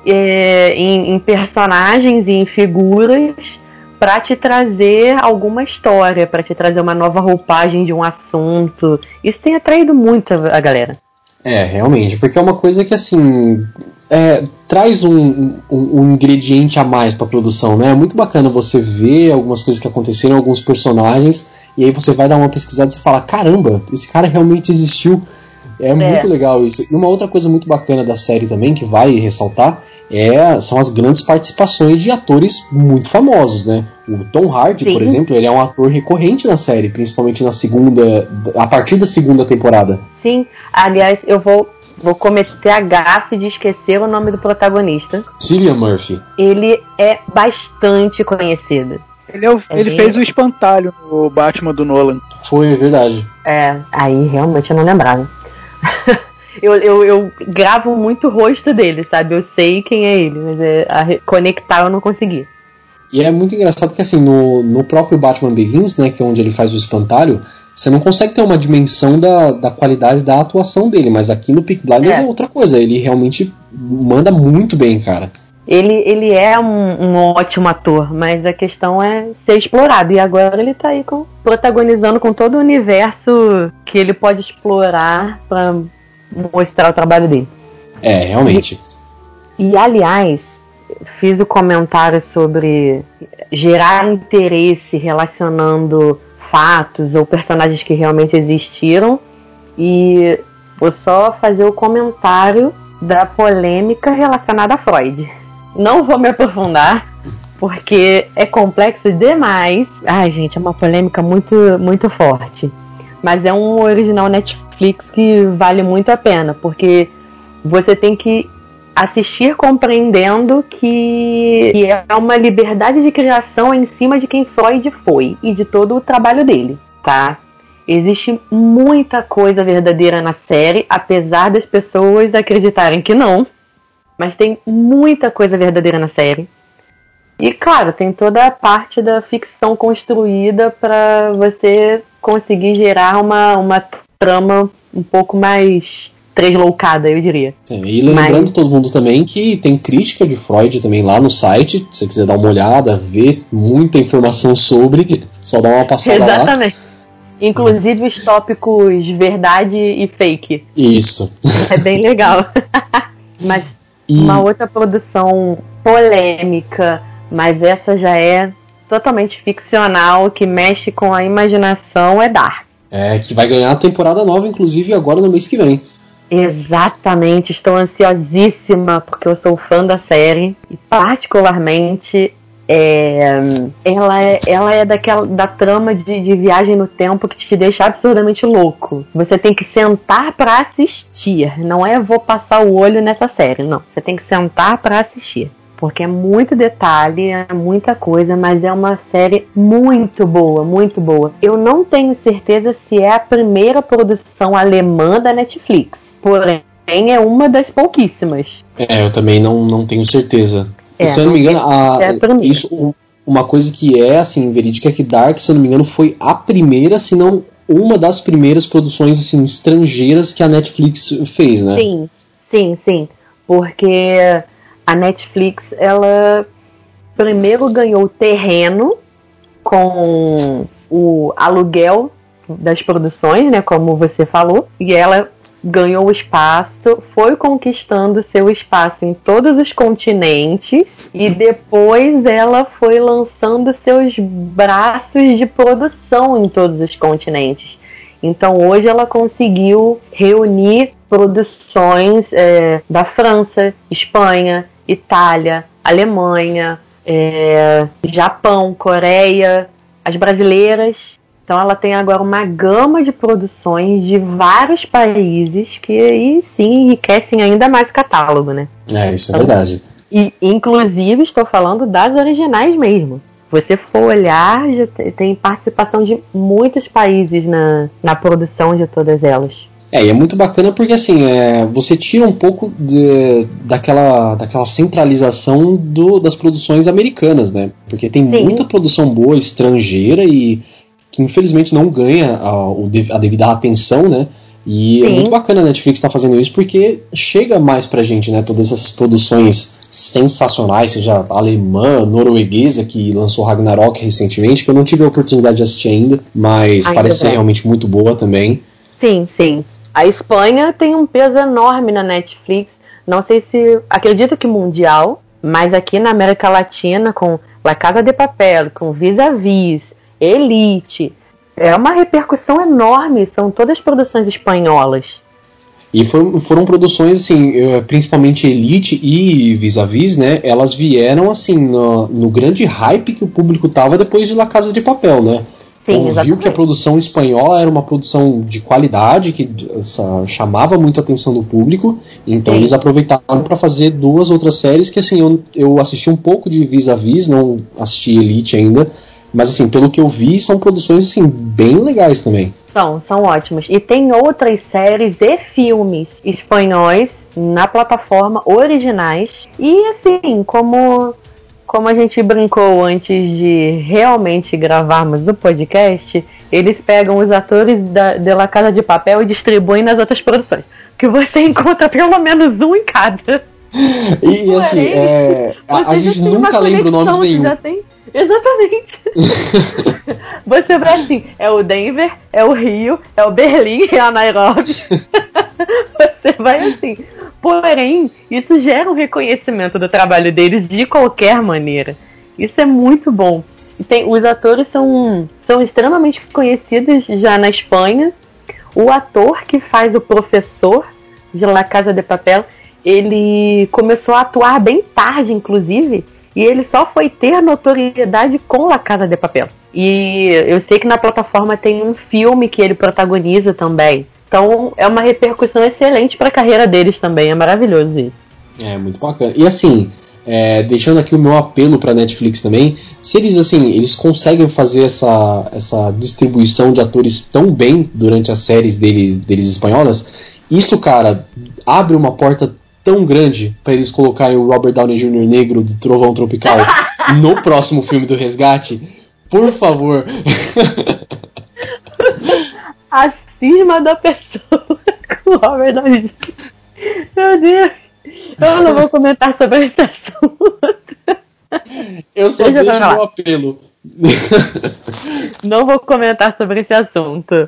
em personagens e em figuras para te trazer alguma história, para te trazer uma nova roupagem de um assunto. Isso tem atraído muito a galera.
Realmente, porque é uma coisa que, assim, traz um ingrediente a mais pra produção, né? É muito bacana você ver algumas coisas que aconteceram, alguns personagens, e aí você vai dar uma pesquisada e você fala, caramba, esse cara realmente existiu. Muito legal isso. E uma outra coisa muito bacana da série também, que vale ressaltar, são as grandes participações de atores muito famosos, né? O Tom Hardy, por exemplo, ele é um ator recorrente na série, principalmente a partir da segunda temporada.
Sim, aliás, eu vou cometer a gafe de esquecer o nome do protagonista.
Cillian Murphy.
Ele é bastante conhecido.
Ele fez o espantalho no Batman do Nolan.
Foi, verdade.
Aí realmente eu não lembrava. Eu gravo muito o rosto dele, sabe? Eu sei quem é ele, mas conectar eu não consegui.
E é muito engraçado que, assim, no próprio Batman Begins, né, que é onde ele faz o espantalho, você não consegue ter uma dimensão da qualidade da atuação dele, mas aqui no Peaky Blinders é outra coisa, ele realmente manda muito bem, cara.
Ele é um ótimo ator, mas a questão é ser explorado, e agora ele tá aí protagonizando com todo o universo que ele pode explorar pra mostrar o trabalho dele.
Realmente.
E aliás, fiz o comentário sobre gerar interesse relacionando fatos ou personagens que realmente existiram, e vou só fazer o comentário da polêmica relacionada a Freud. Não vou me aprofundar, porque é complexo demais. Ai, gente, é uma polêmica muito, muito forte. Mas é um original Netflix que vale muito a pena, porque você tem que assistir compreendendo que é uma liberdade de criação em cima de quem Freud foi e de todo o trabalho dele, tá? Existe muita coisa verdadeira na série, apesar das pessoas acreditarem que não. Mas tem muita coisa verdadeira na série. E, claro, tem toda a parte da ficção construída para você conseguir gerar uma trama um pouco mais tresloucada, eu diria.
E lembrando todo mundo também que tem crítica de Freud também lá no site. Se você quiser dar uma olhada, ver muita informação sobre, só dá uma passada lá.
Exatamente. Inclusive os tópicos verdade e fake.
Isso.
É bem legal. Mas uma outra produção polêmica, mas essa já é totalmente ficcional, que mexe com a imaginação, é Dark.
Que vai ganhar a temporada nova, inclusive, agora no mês que vem.
Exatamente, estou ansiosíssima, porque eu sou fã da série, e particularmente ela é da trama de viagem no tempo que te deixa absurdamente louco. Você tem que sentar pra assistir, não vou passar o olho nessa série, não. Você tem que sentar pra assistir, porque é muito detalhe, é muita coisa, mas é uma série muito boa, muito boa. Eu não tenho certeza se é a primeira produção alemã da Netflix, porém é uma das pouquíssimas.
Eu também não tenho certeza. Se eu não me engano, uma coisa que é assim, verídica é que Dark, se eu não me engano, foi a primeira, se não uma das primeiras produções assim, estrangeiras que a Netflix fez, né?
Sim. porque a Netflix, ela primeiro ganhou terreno com o aluguel das produções, né, como você falou, e ela ganhou espaço, foi conquistando seu espaço em todos os continentes e depois ela foi lançando seus braços de produção em todos os continentes. Então hoje ela conseguiu reunir produções da França, Espanha, Itália, Alemanha, Japão, Coreia, as brasileiras. Então ela tem agora uma gama de produções de vários países que aí sim enriquecem ainda mais o catálogo, né?
Isso é verdade.
E inclusive estou falando das originais mesmo. Se você for olhar, já tem participação de muitos países na produção de todas elas.
E é muito bacana porque assim, você tira um pouco daquela centralização das produções americanas, né? Porque tem muita produção boa estrangeira e que infelizmente não ganha a devida atenção, né? E é muito bacana a Netflix estar fazendo isso porque chega mais pra gente, né? Todas essas produções sensacionais, seja alemã, norueguesa, que lançou Ragnarok recentemente, que eu não tive a oportunidade de assistir ainda, mas parece ser realmente muito boa também.
Sim, sim. A Espanha tem um peso enorme na Netflix, não sei se, acredito que mundial, mas aqui na América Latina, com La Casa de Papel, com Vis-a-Vis, Elite, é uma repercussão enorme, são todas produções espanholas.
E foram produções, assim, principalmente Elite e Vis-a-Vis, né, elas vieram, assim, no grande hype que o público tava depois de La Casa de Papel, né?
Sim,
então viu que a produção espanhola era uma produção de qualidade, que chamava muito a atenção do público, então eles aproveitaram para fazer 2 outras séries que, assim, eu assisti um pouco de Vis-a-Vis, não assisti Elite ainda, mas, assim, pelo que eu vi, são produções, assim, bem legais também.
São ótimos. E tem outras séries e filmes espanhóis na plataforma originais. E, assim, como a gente brincou antes de realmente gravarmos o podcast, eles pegam os atores de La Casa de Papel e distribuem nas outras produções. Que você encontra pelo menos um em cada.
E assim, a gente nunca lembra o nome de nenhum.
Já tem? Exatamente. Você vai assim, é o Denver, é o Rio, é o Berlim, é a Nairobi. Você vai assim. Porém, isso gera um reconhecimento do trabalho deles de qualquer maneira. Isso é muito bom. Os atores são extremamente conhecidos já na Espanha. O ator que faz o professor de La Casa de Papel, ele começou a atuar bem tarde, inclusive, e ele só foi ter notoriedade com La Casa de Papel. E eu sei que na plataforma tem um filme que ele protagoniza também. Então é uma repercussão excelente para a carreira deles também, é maravilhoso isso.
É, muito bacana. E assim, deixando aqui o meu apelo para Netflix também, se eles conseguem fazer essa distribuição de atores tão bem durante as séries deles espanholas, isso, cara, abre uma porta tão grande para eles colocarem o Robert Downey Jr. negro do Trovão Tropical no próximo filme do Resgate. Por favor.
Acima da pessoa com o Robert Downey Jr. Meu Deus. Eu não vou comentar sobre esse assunto.
Eu só deixo meu apelo.
Não vou comentar sobre esse assunto.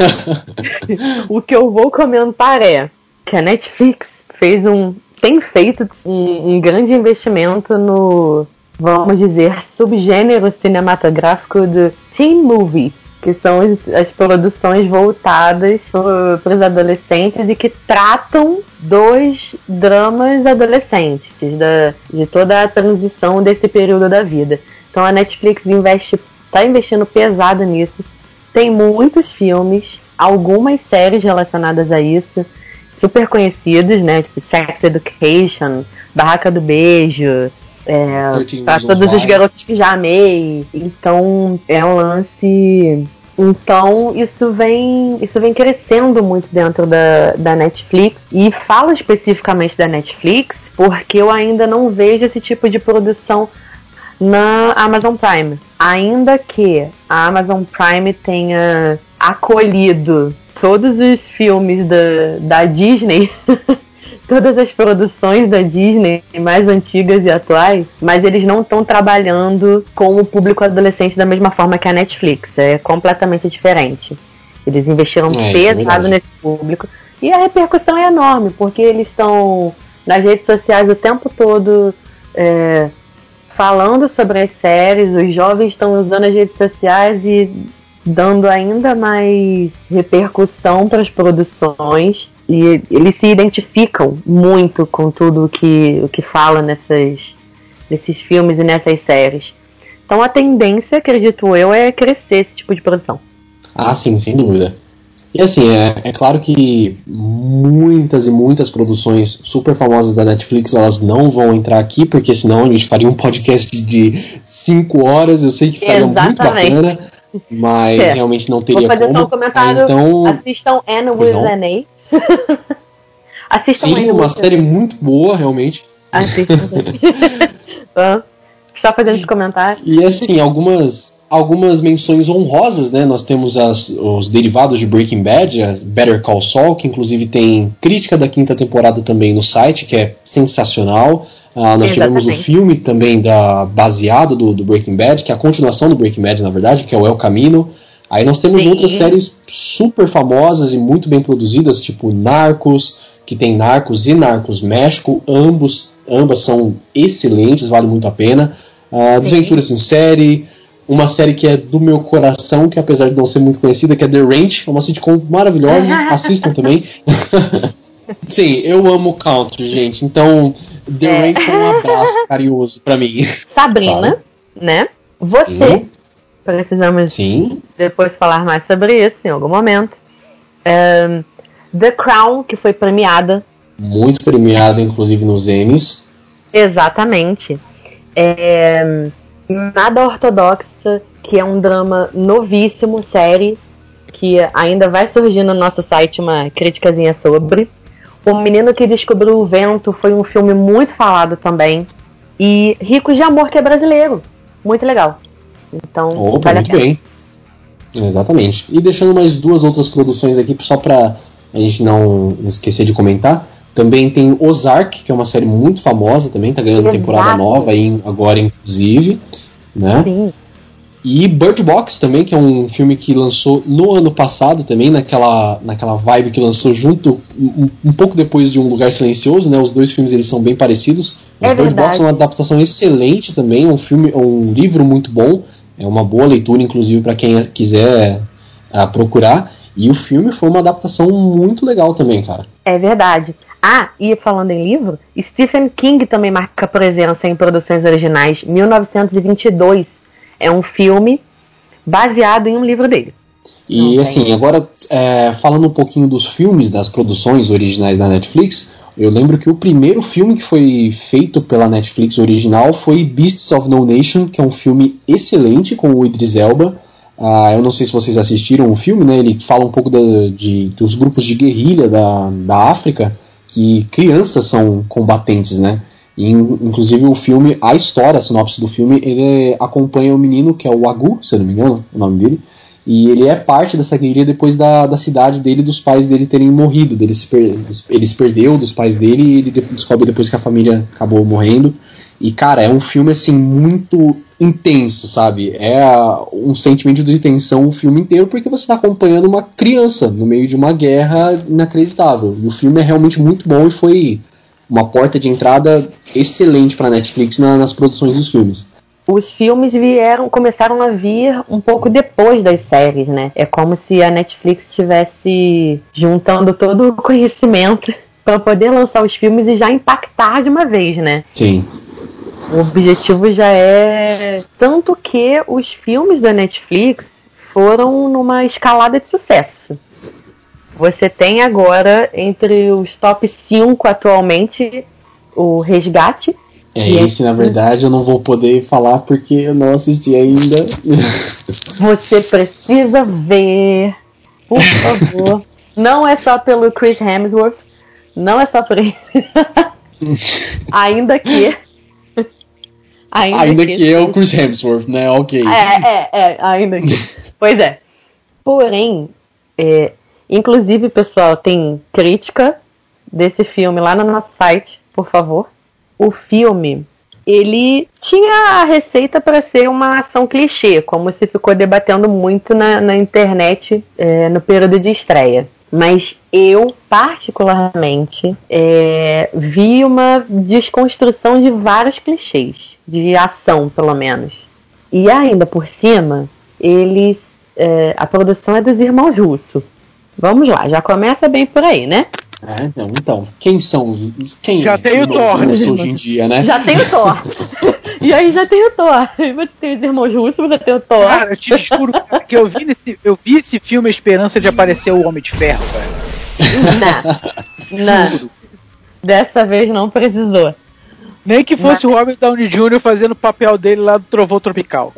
O que eu vou comentar é que a Netflix tem feito um grande investimento no, vamos dizer, subgênero cinematográfico de teen movies, que são as produções voltadas para os adolescentes e que tratam dos dramas adolescentes, de toda a transição desse período da vida. Então a Netflix está investindo pesado nisso. Tem muitos filmes, algumas séries relacionadas a isso, super conhecidos, né? Tipo Sex Education, Barraca do Beijo, para todos os garotos que já amei. Então é um lance. Então isso vem crescendo muito dentro da Netflix. E falo especificamente da Netflix porque eu ainda não vejo esse tipo de produção na Amazon Prime. Ainda que a Amazon Prime tenha acolhido todos os filmes da Disney, todas as produções da Disney, mais antigas e atuais, mas eles não estão trabalhando com o público adolescente da mesma forma que a Netflix. É completamente diferente. Eles investiram pesado nesse público. E a repercussão é enorme, porque eles estão nas redes sociais o tempo todo falando sobre as séries, os jovens estão usando as redes sociais e dando ainda mais repercussão para as produções. E eles se identificam muito com tudo o que fala nesses filmes e nessas séries. Então a tendência, acredito eu, é crescer esse tipo de produção.
Ah, sim, sem dúvida. E assim, é claro que muitas e muitas produções super famosas da Netflix, elas não vão entrar aqui, porque senão a gente faria um podcast de 5 horas, eu sei que ficaria muito bacana, mas realmente não teria como.
Vou fazer só um comentário, então, assistam Anne with an A. Assistam.
Sim, uma série muito boa, realmente.
Assistam. Só fazendo esse comentário.
E assim, algumas menções honrosas, né? Nós temos os derivados de Breaking Bad, a Better Call Saul, que inclusive tem crítica da 5ª temporada também no site, que é sensacional. Nós tivemos o filme também baseado do Breaking Bad, que é a continuação do Breaking Bad, na verdade, que é o El Camino. Aí nós temos outras séries super famosas e muito bem produzidas, tipo Narcos, que tem Narcos e Narcos México, ambas são excelentes, vale muito a pena. Desventuras em Série, uma série que é do meu coração, que apesar de não ser muito conhecida, que é The Ranch, é uma sitcom maravilhosa, assistam também. Sim, eu amo country, gente, então The Ranch é um abraço carinhoso pra mim.
Sabrina, né? Você, precisamos depois falar mais sobre isso em algum momento. The Crown, que foi premiada.
Muito premiada, inclusive nos Emmys.
Exatamente. Nada Ortodoxa, que é um drama novíssimo, série, que ainda vai surgir no nosso site uma criticazinha sobre. O Menino que Descobriu o Vento foi um filme muito falado também. E Ricos de Amor, que é brasileiro. Muito legal. Então, vale
muito bem. Exatamente. E deixando mais 2 outras produções aqui, só pra a gente não esquecer de comentar. Também tem Ozark, que é uma série muito famosa também, tá ganhando temporada nova aí, agora inclusive, né?
Sim.
E Bird Box também, que é um filme que lançou no ano passado também, naquela vibe que lançou junto, um pouco depois de Um Lugar Silencioso, né? Os 2 filmes eles são bem parecidos. Mas Bird Box é uma adaptação excelente também, um livro muito bom, é uma boa leitura, inclusive, para quem quiser procurar. E o filme foi uma adaptação muito legal também, cara.
É verdade. E falando em livro, Stephen King também marca presença em produções originais. 1922 é um filme baseado em um livro dele.
E assim, agora falando um pouquinho dos filmes, das produções originais da Netflix, eu lembro que o primeiro filme que foi feito pela Netflix original foi Beasts of No Nation, que é um filme excelente com o Idris Elba. Eu não sei se vocês assistiram o filme, né? Ele fala um pouco dos grupos de guerrilha da África, que crianças são combatentes, né? E, inclusive o filme, a sinopse do filme, ele acompanha o menino que é o Agu, se eu não me engano, o nome dele, e ele é parte dessa guerrilha depois da cidade dele e dos pais dele terem morrido. Ele se perdeu dos pais dele e ele descobre depois que a família acabou morrendo. E, cara, é um filme, assim, muito intenso, sabe? É um sentimento de tensão o filme inteiro, porque você está acompanhando uma criança no meio de uma guerra inacreditável. E o filme é realmente muito bom e foi uma porta de entrada excelente para a Netflix nas produções dos filmes.
Os filmes começaram a vir um pouco depois das séries, né? É como se a Netflix estivesse juntando todo o conhecimento para poder lançar os filmes e já impactar de uma vez, né?
Sim.
O objetivo já é... Tanto que os filmes da Netflix foram numa escalada de sucesso. Você tem agora, entre os top 5 atualmente, o Resgate.
Esse, na verdade, eu não vou poder falar porque eu não assisti ainda.
Você precisa ver, por favor. Não é só pelo Chris Hemsworth. Não é só por ele. Ainda que
é o Chris Hemsworth, né? Ok.
Ainda que. Pois é. Porém, inclusive, pessoal, tem crítica desse filme lá no nosso site, por favor. O filme, ele tinha a receita para ser uma ação clichê, como se ficou debatendo muito na internet no período de estreia. Mas eu, particularmente, vi uma desconstrução de vários clichês, de ação, pelo menos. E ainda por cima, a produção é dos irmãos Russo. Vamos lá, já começa bem por aí, né?
Então, quem são quem
já tem o Thor
hoje em dia, né?
Já tem o Thor. E aí já tem o Thor. Você tem os irmãos russos, você tem o Thor.
Cara, eu te juro que eu vi esse filme A Esperança de Aparecer o Homem de Ferro, velho.
Não. Dessa vez não precisou.
Nem que fosse o Robert Downey Jr. fazendo o papel dele lá do Trovão Tropical.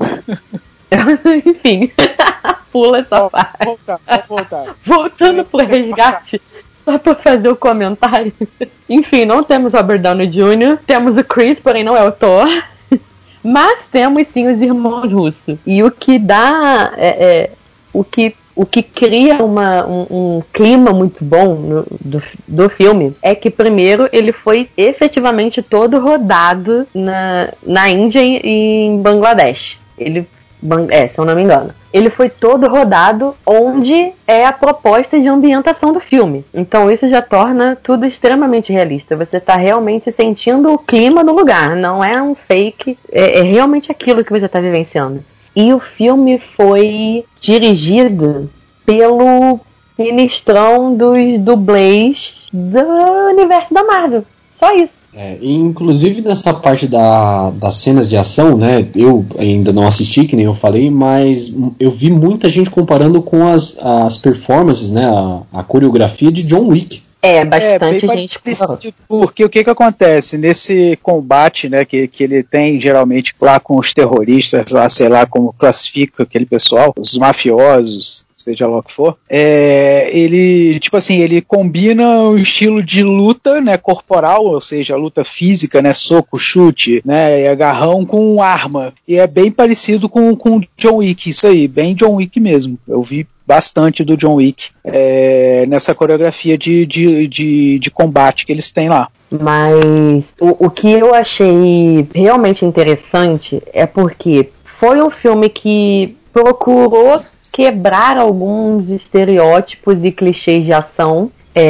Enfim, pula essa parte.
Vamos voltar.
Voltando pro resgate, só pra fazer o comentário. Enfim, não temos Robert Downey Jr., temos o Chris, porém não é o Thor. Mas temos sim os irmãos Russo. E o que dá. O que cria um clima muito bom do filme é que, primeiro, ele foi efetivamente todo rodado na Índia e em Bangladesh. Se eu não me engano. Ele foi todo rodado onde é a proposta de ambientação do filme. Então isso já torna tudo extremamente realista. Você está realmente sentindo o clima do lugar. Não é um fake. É realmente aquilo que você está vivenciando. E o filme foi dirigido pelo sinistrão dos dublês do universo da Marvel. Só isso.
Inclusive nessa parte das cenas de ação, né? Eu ainda não assisti, que nem eu falei, mas eu vi muita gente comparando com as performances, né? A coreografia de John Wick.
Bastante gente comparou.
Porque o que acontece nesse combate, né? Que ele tem geralmente lá com os terroristas, lá, sei lá como classifica aquele pessoal, os mafiosos, seja lá o que for, ele, tipo assim, ele combina o estilo de luta, né, corporal, ou seja, luta física, né, soco, chute, né, e agarrão com arma, e é bem parecido com John Wick, isso aí, bem John Wick mesmo, eu vi bastante do John Wick nessa coreografia de combate que eles têm lá.
Mas o que eu achei realmente interessante é porque foi um filme que procurou quebrar alguns estereótipos e clichês de ação.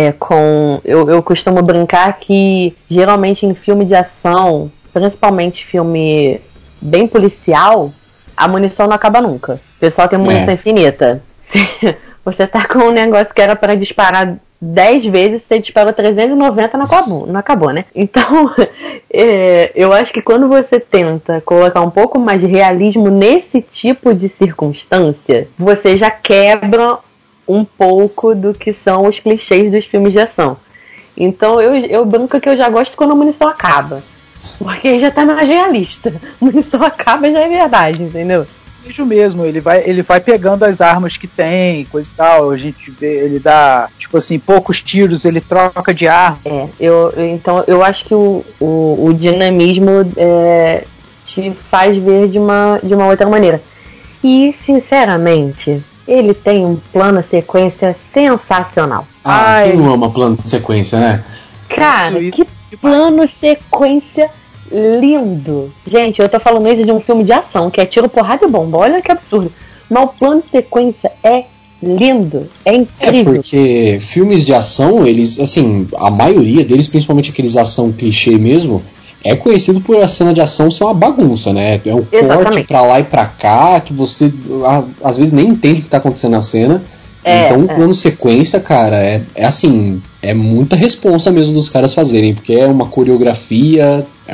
Eu costumo brincar que geralmente em filme de ação, principalmente filme bem policial, a munição não acaba nunca. O pessoal tem munição infinita. Você tá com um negócio que era para disparar 10 vezes, você disparou 390, não acabou, né? Então, eu acho que quando você tenta colocar um pouco mais de realismo nesse tipo de circunstância, você já quebra um pouco do que são os clichês dos filmes de ação. Então, eu brinco que eu já gosto quando a munição acaba. Porque aí já tá mais realista. A munição acaba, já é verdade, entendeu?
Vejo mesmo, ele vai pegando as armas que tem, coisa e tal, a gente vê, ele dá, tipo assim, poucos tiros, ele troca de arma.
Então eu acho que o dinamismo te faz ver de uma outra maneira. E, sinceramente, ele tem um plano sequência sensacional.
Quem não ama plano de sequência, né?
Cara, que plano sequência lindo. Gente, eu tô falando isso de um filme de ação, que é tiro, porrada e bomba. Olha que absurdo. Mas o plano de sequência é lindo. É incrível.
Porque filmes de ação, eles, assim, a maioria deles, principalmente aqueles ação clichê mesmo, é conhecido por a cena de ação ser uma bagunça, né? É um corte pra lá e pra cá, que você às vezes nem entende o que tá acontecendo na cena. Então o plano sequência, cara, assim, é muita responsa mesmo dos caras fazerem, porque é uma coreografia, é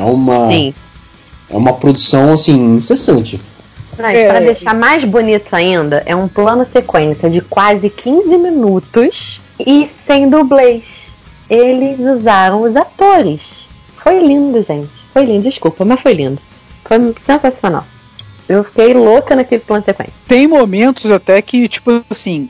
uma produção, assim, incessante.
Para deixar mais bonito ainda, é um plano sequência de quase 15 minutos e sem dublês. Eles usaram os atores. Foi lindo, gente. Foi lindo, desculpa, mas foi lindo. Foi sensacional. Eu fiquei louca naquele plano sequência.
Tem momentos até que, tipo assim,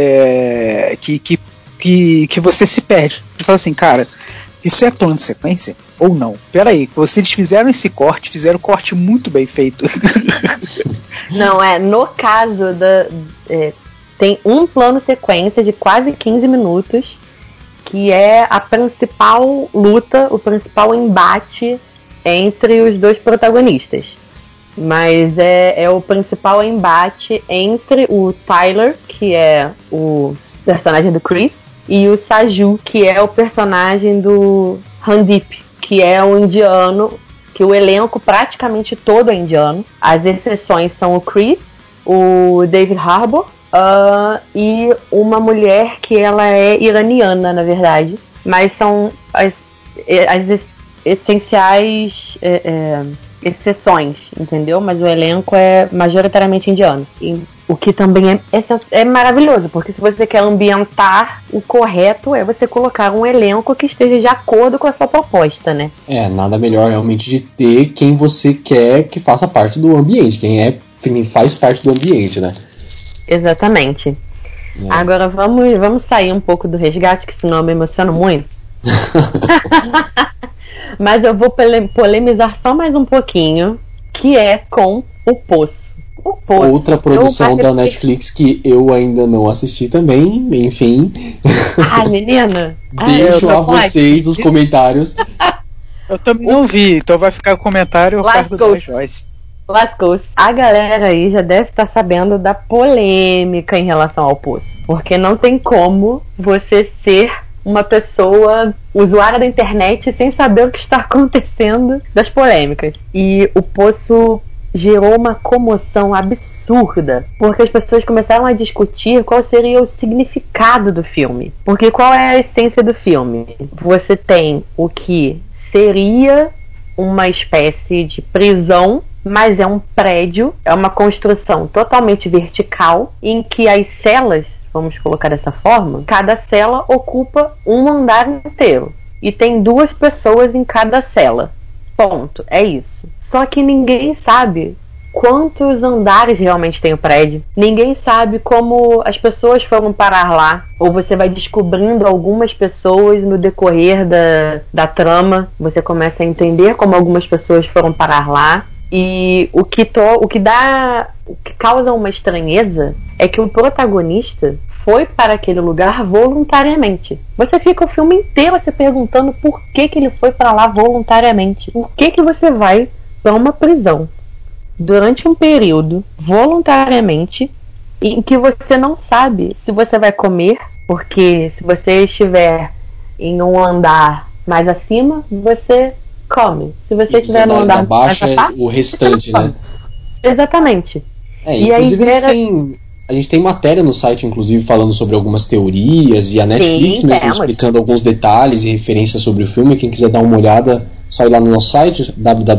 que você se perde. Você fala assim, cara, isso é plano de sequência? Ou não? Peraí, vocês fizeram esse corte, fizeram um corte muito bem feito.
Não, no caso tem um plano sequência de quase 15 minutos que é a principal luta, o principal embate entre os dois protagonistas. Mas é o principal embate entre o Tyler, que é o personagem do Chris, e o Saju, que é o personagem do Randeep, que é um indiano, que o elenco praticamente todo é indiano. As exceções são o Chris, o David Harbour e uma mulher que ela é iraniana, na verdade. Mas são as essenciais exceções, entendeu? Mas o elenco é majoritariamente indiano. E o que também é maravilhoso, porque se você quer ambientar, o correto é você colocar um elenco que esteja de acordo com a sua proposta, né?
Nada melhor realmente de ter quem você quer que faça parte do ambiente, quem faz parte do ambiente, né?
Exatamente. Agora vamos sair um pouco do resgate, que senão eu me emociono muito. Mas eu vou polemizar só mais um pouquinho, que é com O Poço.
Outra produção da Netflix que eu ainda não assisti também, enfim.
Ai, menina.
Deixo a vocês os comentários.
Eu também não vi, então vai ficar o comentário Ricardo da Joyce.
Lascou-se. A galera aí já deve estar sabendo da polêmica em relação ao Poço. Porque não tem como você ser uma pessoa usuária da internet sem saber o que está acontecendo das polêmicas. E o Poço gerou uma comoção absurda, porque as pessoas começaram a discutir qual seria o significado do filme. Porque qual é a essência do filme? Você tem o que seria uma espécie de prisão, mas é um prédio, é uma construção totalmente vertical, em que as celas, vamos colocar dessa forma, cada cela ocupa um andar inteiro. E tem 2 pessoas em cada cela. Ponto. É isso. Só que ninguém sabe quantos andares realmente tem o prédio. Ninguém sabe como as pessoas foram parar lá. Ou você vai descobrindo algumas pessoas no decorrer da trama. Você começa a entender como algumas pessoas foram parar lá. E o que causa uma estranheza é que o protagonista foi para aquele lugar voluntariamente. Você fica o filme inteiro se perguntando por que ele foi para lá voluntariamente. Por que você vai para uma prisão durante um período voluntariamente em que você não sabe se você vai comer, porque se você estiver em um andar mais acima, você come. Se você estiver no andar
abaixo, mais abaixo, o restante, né?
Exatamente.
E aí a gente tem matéria no site, inclusive, falando sobre algumas teorias, e a Netflix mesmo explicando alguns detalhes e referências sobre o filme. Quem quiser dar uma olhada, só ir lá no nosso site,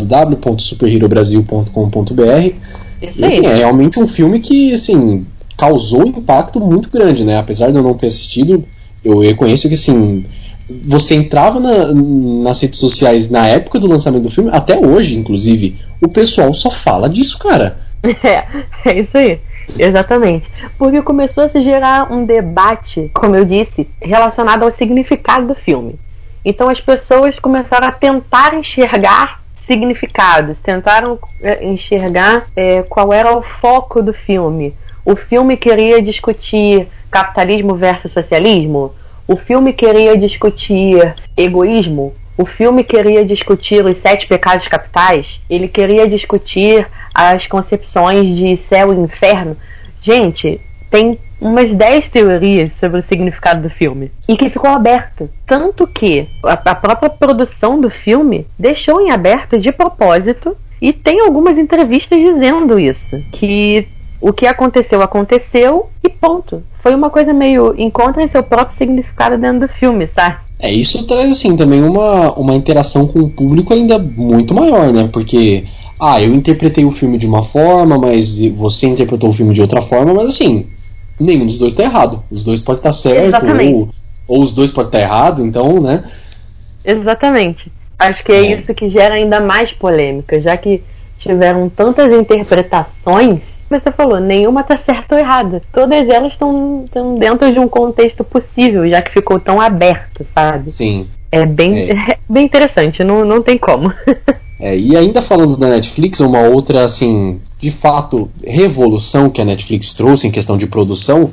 www.superherobrasil.com.br. E assim, é realmente um filme que assim, causou um impacto muito grande, né? Apesar de eu não ter assistido, eu reconheço que assim, você entrava nas redes sociais na época do lançamento do filme, até hoje, inclusive, o pessoal só fala disso, cara.
É isso aí. Exatamente. Porque começou a se gerar um debate, como eu disse, relacionado ao significado do filme. Então as pessoas começaram a tentar enxergar significados, tentaram enxergar qual era o foco do filme. O filme queria discutir capitalismo versus socialismo. O filme queria discutir egoísmo. O filme queria discutir os 7 pecados capitais. Ele queria discutir as concepções de céu e inferno. Gente, tem umas 10 teorias sobre o significado do filme. E que ficou aberto. Tanto que a própria produção do filme deixou em aberto de propósito. E tem algumas entrevistas dizendo isso. Que o que aconteceu, aconteceu e ponto. Foi uma coisa meio... Encontrem seu próprio significado dentro do filme, sabe?
Isso traz assim também uma interação com o público ainda muito maior, né? Porque... eu interpretei o filme de uma forma, mas você interpretou o filme de outra forma, mas assim, nenhum dos dois tá errado. Os dois podem estar certo, ou os dois podem estar errado, então, né?
Exatamente. Acho que é isso que gera ainda mais polêmica, já que tiveram tantas interpretações, você falou, nenhuma tá certa ou errada. Todas elas estão dentro de um contexto possível, já que ficou tão aberto, sabe?
Sim.
É bem interessante, não tem como.
E ainda falando da Netflix, uma outra, assim, de fato, revolução que a Netflix trouxe em questão de produção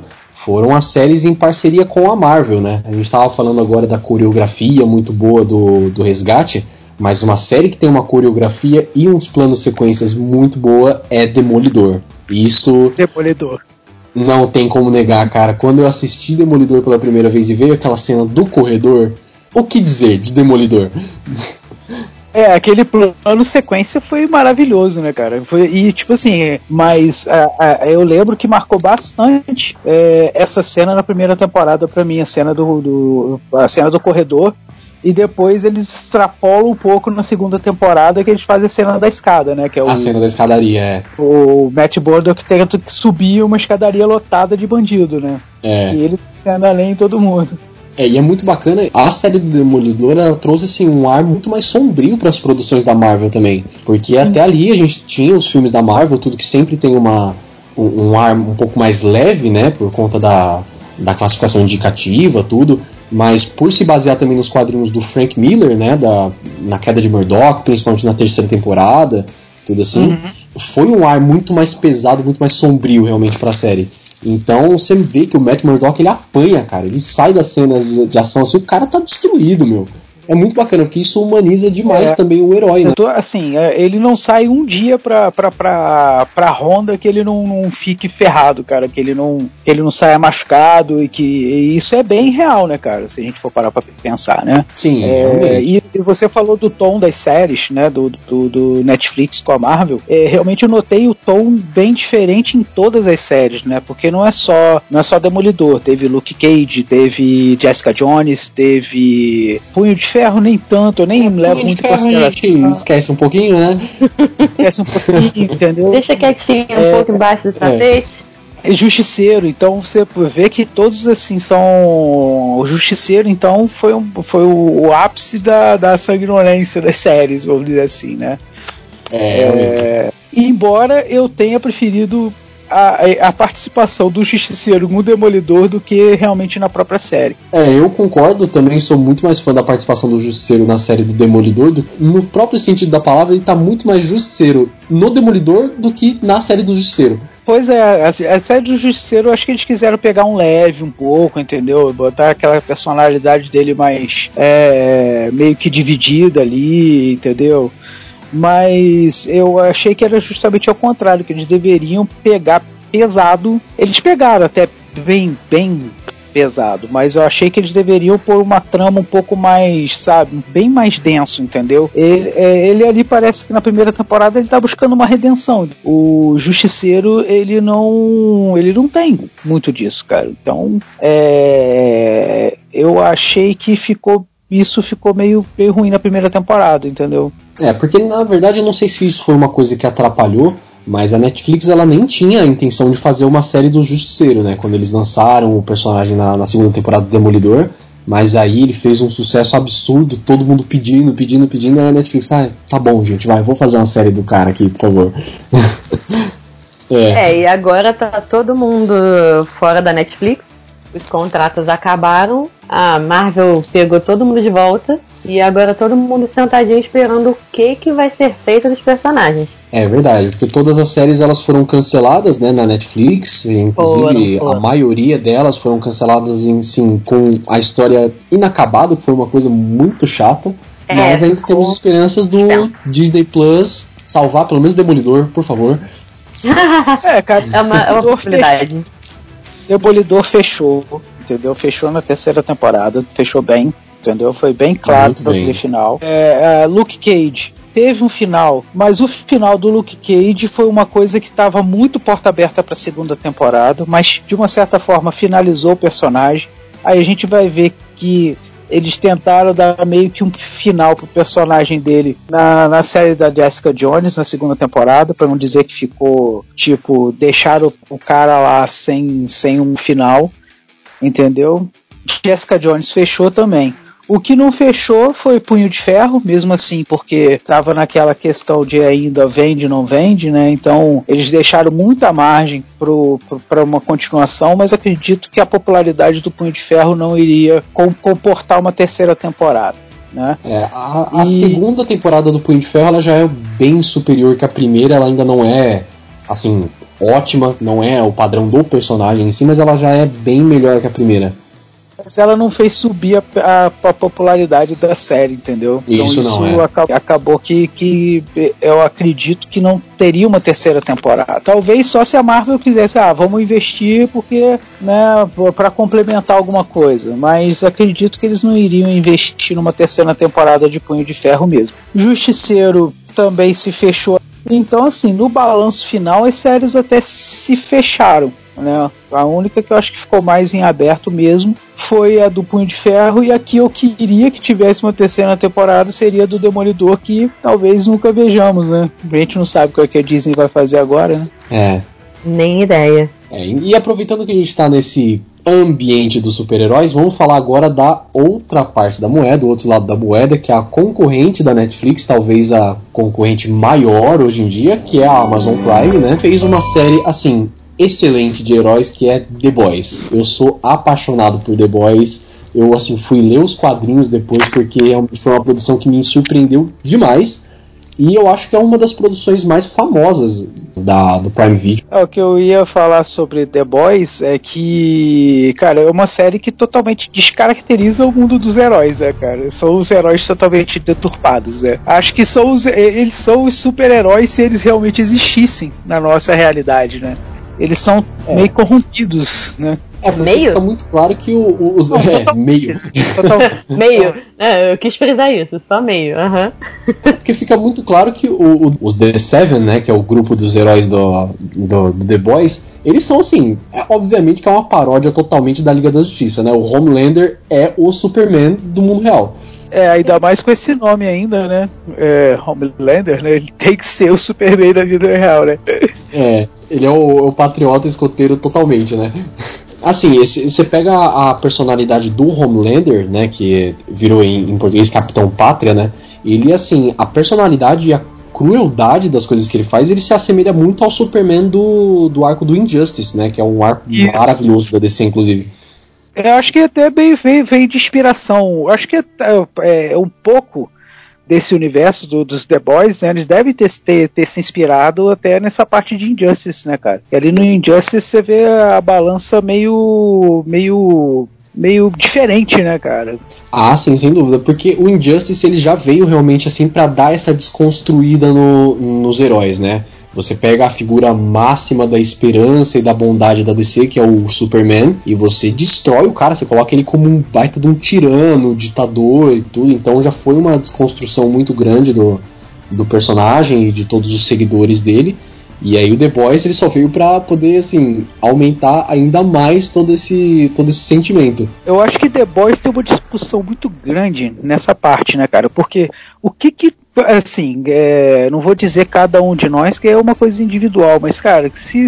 foram as séries em parceria com a Marvel, né? A gente tava falando agora da coreografia muito boa do Resgate, mas uma série que tem uma coreografia e uns planos sequências muito boa é Demolidor. Isso...
Demolidor.
Não tem como negar, cara. Quando eu assisti Demolidor pela primeira vez e veio aquela cena do corredor, o que dizer de Demolidor?
Aquele plano sequência foi maravilhoso, né, cara? E tipo assim, mas eu lembro que marcou bastante essa cena na primeira temporada pra mim, a cena a cena do corredor. E depois eles extrapolam um pouco na segunda temporada, que eles fazem a cena da escada, né? Que é
a cena da escadaria,
O Matt Murdock tenta subir uma escadaria lotada de bandido, né? E ele anda além de todo mundo.
E é muito bacana, a série do Demolidor, ela trouxe assim, um ar muito mais sombrio para as produções da Marvel também. Porque até ali a gente tinha os filmes da Marvel, tudo que sempre tem um ar um pouco mais leve, né? Por conta da classificação indicativa, tudo. Mas por se basear também nos quadrinhos do Frank Miller, né, na queda de Murdoch, principalmente na terceira temporada, tudo assim, foi um ar muito mais pesado, muito mais sombrio realmente pra série. Então você vê que o Matt Murdock, ele apanha, cara, ele sai das cenas de ação assim, o cara tá destruído, meu. É muito bacana, porque isso humaniza demais também o herói, né?
Assim, ele não sai um dia pra Honda que ele não fique ferrado, cara, que ele não saia machucado e isso é bem real, né, cara, se a gente for parar pra pensar, né?
Sim, realmente.
E você falou do tom das séries, né, do Netflix com a Marvel, realmente eu notei o tom bem diferente em todas as séries, né, porque não é só Demolidor, teve Luke Cage, teve Jessica Jones, teve Punho de Ferro, nem tanto, eu nem levo muito em consideração.
A gente esquece um pouquinho, né?
Esquece um pouquinho, entendeu?
Deixa quietinho um pouco embaixo do tapete.
Justiceiro, então você vê que todos assim são. O Justiceiro, então, foi o ápice da sanguinolência das séries, vamos dizer assim, né? Embora eu tenha preferido a participação do Justiceiro no Demolidor do que realmente na própria série.
Eu concordo, também sou muito mais fã da participação do Justiceiro na série do Demolidor. No próprio sentido da palavra, ele tá muito mais Justiceiro no Demolidor do que na série do Justiceiro.
Pois a série do Justiceiro, eu acho que eles quiseram pegar um leve um pouco, entendeu? Botar aquela personalidade dele mais meio que dividida ali, entendeu? Mas eu achei que era justamente ao contrário, que eles deveriam pegar pesado. Eles pegaram até bem pesado, mas eu achei que eles deveriam pôr uma trama um pouco mais, sabe, bem mais denso, entendeu? Ele ali parece que na primeira temporada ele tá buscando uma redenção. O Justiceiro, ele não tem muito disso, cara. Então, eu achei que isso ficou meio ruim na primeira temporada, entendeu?
Porque na verdade eu não sei se isso foi uma coisa que atrapalhou, mas a Netflix ela nem tinha a intenção de fazer uma série do Justiceiro, né? Quando eles lançaram o personagem na segunda temporada do Demolidor, mas aí ele fez um sucesso absurdo, todo mundo pedindo, e a Netflix, tá bom, gente, vou fazer uma série do cara aqui, por favor.
E agora tá todo mundo fora da Netflix, os contratos acabaram, a Marvel pegou todo mundo de volta, e agora todo mundo sentadinho esperando o que vai ser feito dos personagens.
É verdade, porque todas as séries elas foram canceladas, né, na Netflix, inclusive a maioria delas foram canceladas com a história inacabada, que foi uma coisa muito chata, mas ainda temos esperanças do Disney Plus salvar pelo menos o Demolidor, por favor.
Cara,
é uma possibilidade.
Demolidor fechou, entendeu? Fechou na terceira temporada, fechou bem, entendeu? Foi bem claro no final. Luke Cage teve um final, mas o final do Luke Cage foi uma coisa que estava muito porta aberta para a segunda temporada, mas de uma certa forma finalizou o personagem. Aí a gente vai ver que eles tentaram dar meio que um final pro personagem dele na série da Jessica Jones, na segunda temporada, para não dizer que ficou, tipo, deixaram o cara lá sem um final, entendeu? Jessica Jones fechou também. O que não fechou foi Punho de Ferro, mesmo assim, porque tava naquela questão de ainda vende, não vende, né? Então eles deixaram muita margem para uma continuação, mas acredito que a popularidade do Punho de Ferro não iria comportar uma terceira temporada, né?
A segunda temporada do Punho de Ferro ela já é bem superior que a primeira, ela ainda não é, assim, ótima, não é o padrão do personagem em si, mas ela já é bem melhor que a primeira.
Mas ela não fez subir a popularidade da série, entendeu? Então isso não acabou que eu acredito que não teria uma terceira temporada. Talvez só se a Marvel quisesse, vamos investir porque, né, para complementar alguma coisa. Mas acredito que eles não iriam investir numa terceira temporada de Punho de Ferro mesmo. Justiceiro também se fechou. Então, assim, no balanço final, as séries até se fecharam, né? A única que eu acho que ficou mais em aberto mesmo foi a do Punho de Ferro, e aqui eu queria que tivesse uma terceira temporada, seria do Demolidor, que talvez nunca vejamos, né? A gente não sabe o que a Disney vai fazer agora, né?
Nem ideia.
E aproveitando que a gente está nesse ambiente dos super-heróis, vamos falar agora da outra parte da moeda, o outro lado da moeda, que é a concorrente da Netflix, talvez a concorrente maior hoje em dia, que é a Amazon Prime, né? Fez uma série, assim, excelente de heróis, que é The Boys. Eu sou apaixonado por The Boys. Eu, assim, fui ler os quadrinhos depois, porque foi uma produção que me surpreendeu demais. E eu acho que é uma das produções mais famosas do Prime Video.
O que eu ia falar sobre The Boys é que, cara, é uma série que totalmente descaracteriza o mundo dos heróis, né, cara? São os heróis totalmente deturpados, né? Acho que eles são os super-heróis se eles realmente existissem na nossa realidade, né? Eles são meio corrompidos, né?
Meio?
Fica muito claro que meio.
Meio. Eu quis frisar isso, só meio.
Porque fica muito claro que os The Seven, né, que é o grupo dos heróis do The Boys, eles são assim, obviamente que é uma paródia totalmente da Liga da Justiça, né? O Homelander é o Superman do mundo real.
Ainda mais com esse nome ainda, né? Homelander, né? Ele tem que ser o Superman da vida real, né?
Ele é o patriota escoteiro totalmente, né? Assim, você pega a personalidade do Homelander, né, que virou em português Capitão Pátria, né, ele, assim, a personalidade e a crueldade das coisas que ele faz, ele se assemelha muito ao Superman do arco do Injustice, né, que é um arco maravilhoso da DC, inclusive.
Eu acho que até veio de inspiração, eu acho que é um pouco desse universo dos The Boys, né, eles devem ter se inspirado até nessa parte de Injustice, né, cara? E ali no Injustice você vê a balança meio diferente, né, cara?
Sim, sem dúvida, porque o Injustice ele já veio realmente assim pra dar essa desconstruída nos heróis, né? Você pega a figura máxima da esperança e da bondade da DC, que é o Superman, e você destrói o cara, você coloca ele como um baita de um tirano, ditador e tudo. Então já foi uma desconstrução muito grande do personagem e de todos os seguidores dele. E aí o The Boys ele só veio pra poder, assim, aumentar ainda mais todo esse sentimento.
Eu acho que The Boys tem uma discussão muito grande nessa parte, né, cara? Porque o que assim, não vou dizer cada um de nós, que é uma coisa individual, mas, cara, se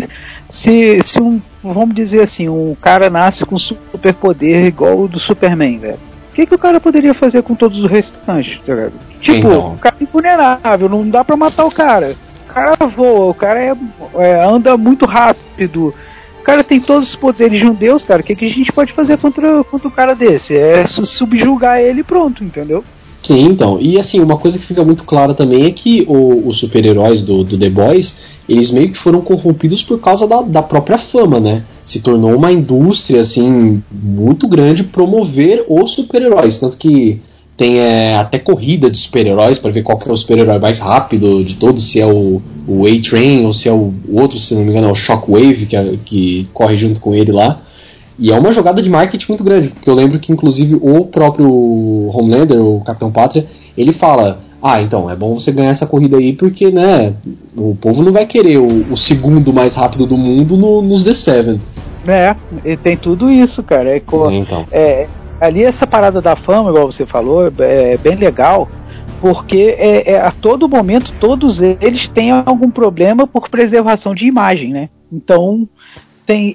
vamos dizer assim, um cara nasce com superpoder igual o do Superman, velho, o que o cara poderia fazer com todos os restantes, tá ligado? Tipo, o cara é invulnerável, não dá pra matar o cara. O cara voa, o cara anda muito rápido, o cara tem todos os poderes de um deus, cara. O que a gente pode fazer contra um cara desse? É subjugar ele e pronto, entendeu?
Sim, então. E assim, uma coisa que fica muito clara também é que os super-heróis do The Boys, eles meio que foram corrompidos por causa da própria fama, né? Se tornou uma indústria, assim, muito grande promover os super-heróis. Tanto que tem até corrida de super-heróis para ver qual que é o super-herói mais rápido de todos, se é o A-Train ou se é o outro, se não me engano, é o Shockwave, que corre junto com ele lá. E é uma jogada de marketing muito grande, porque eu lembro que inclusive o próprio Homelander, o Capitão Pátria, ele fala, então, é bom você ganhar essa corrida aí, porque, né, o povo não vai querer o segundo mais rápido do mundo nos The Seven.
E tem tudo isso, cara.
Então.
Ali essa parada da fama, igual você falou, é bem legal, porque a todo momento todos eles têm algum problema por preservação de imagem, né? Então tem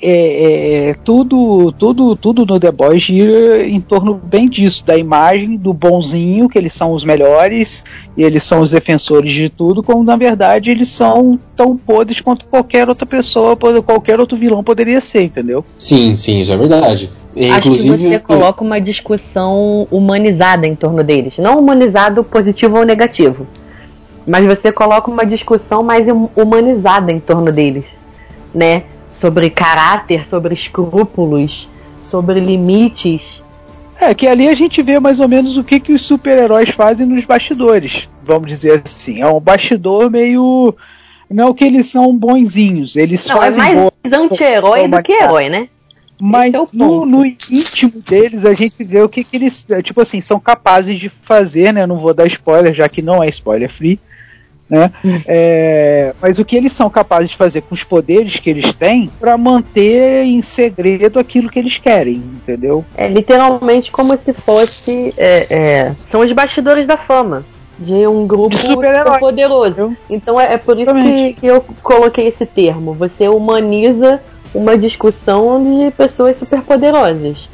tudo no The Boys gira em torno bem disso, da imagem do bonzinho, que eles são os melhores e eles são os defensores de tudo, como na verdade eles são tão podres quanto qualquer outra pessoa, qualquer outro vilão poderia ser, entendeu?
Sim, isso é verdade.
Inclusive, acho que você coloca uma discussão humanizada em torno deles, não humanizado positivo ou negativo, mas você coloca uma discussão mais humanizada em torno deles. né? Sobre caráter, sobre escrúpulos, sobre limites.
Que ali a gente vê mais ou menos o que os super-heróis fazem nos bastidores, vamos dizer assim. É um bastidor meio... Não é que eles são bonzinhos, eles fazem...
É mais anti-herói do que herói, né?
Mas no íntimo deles a gente vê o que eles, tipo assim, são capazes de fazer, né? Não vou dar spoiler, já que não é spoiler free, né? Mas o que eles são capazes de fazer com os poderes que eles têm para manter em segredo aquilo que eles querem, entendeu?
É literalmente como se fosse são os bastidores da fama de um grupo super poderoso. Então é por isso que eu coloquei esse termo. Você humaniza uma discussão de pessoas superpoderosas.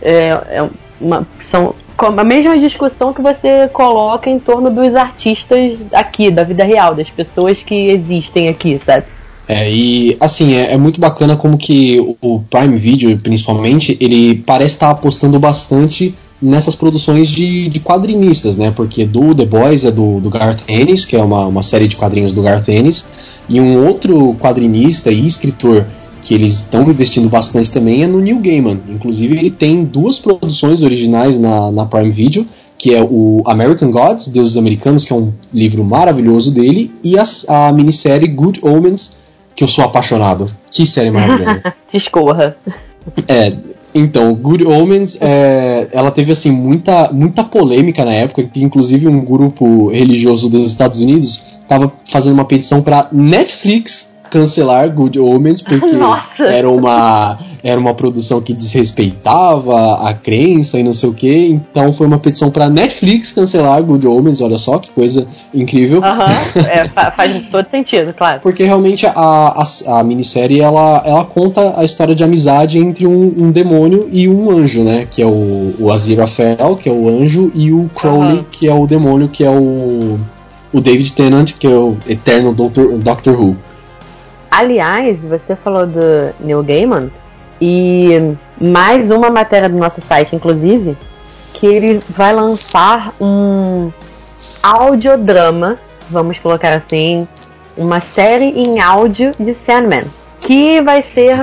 São a mesma discussão que você coloca em torno dos artistas aqui, da vida real, das pessoas que existem aqui, sabe?
E assim, é muito bacana como que o Prime Video, principalmente, ele parece estar apostando bastante nessas produções de quadrinistas, né? Porque do The Boys é do Garth Ennis, que é uma série de quadrinhos do Garth Ennis, e um outro quadrinista e escritor que eles estão investindo bastante também é no Neil Gaiman. Inclusive ele tem 2 produções originais na Prime Video, que é o American Gods, Deuses Americanos, que é um livro maravilhoso dele, e a minissérie Good Omens, que eu sou apaixonado. Que série maravilhosa.
Discorra.
Então, Good Omens, ela teve assim muita polêmica na época, que inclusive um grupo religioso dos Estados Unidos estava fazendo uma petição para Netflix cancelar Good Omens, porque era uma produção que desrespeitava a crença e não sei o que. Então foi uma petição pra Netflix cancelar Good Omens. Olha só que coisa incrível.
Faz todo sentido, claro.
Porque realmente a minissérie ela conta a história de amizade entre um demônio e um anjo, né? Que é o Aziraphale, que é o anjo, e o Crowley, que é o demônio, que é o David Tennant, que é o eterno Doctor Who.
Aliás, você falou do Neil Gaiman, e mais uma matéria do nosso site, inclusive, que ele vai lançar um audiodrama, vamos colocar assim, uma série em áudio de Sandman, que vai ser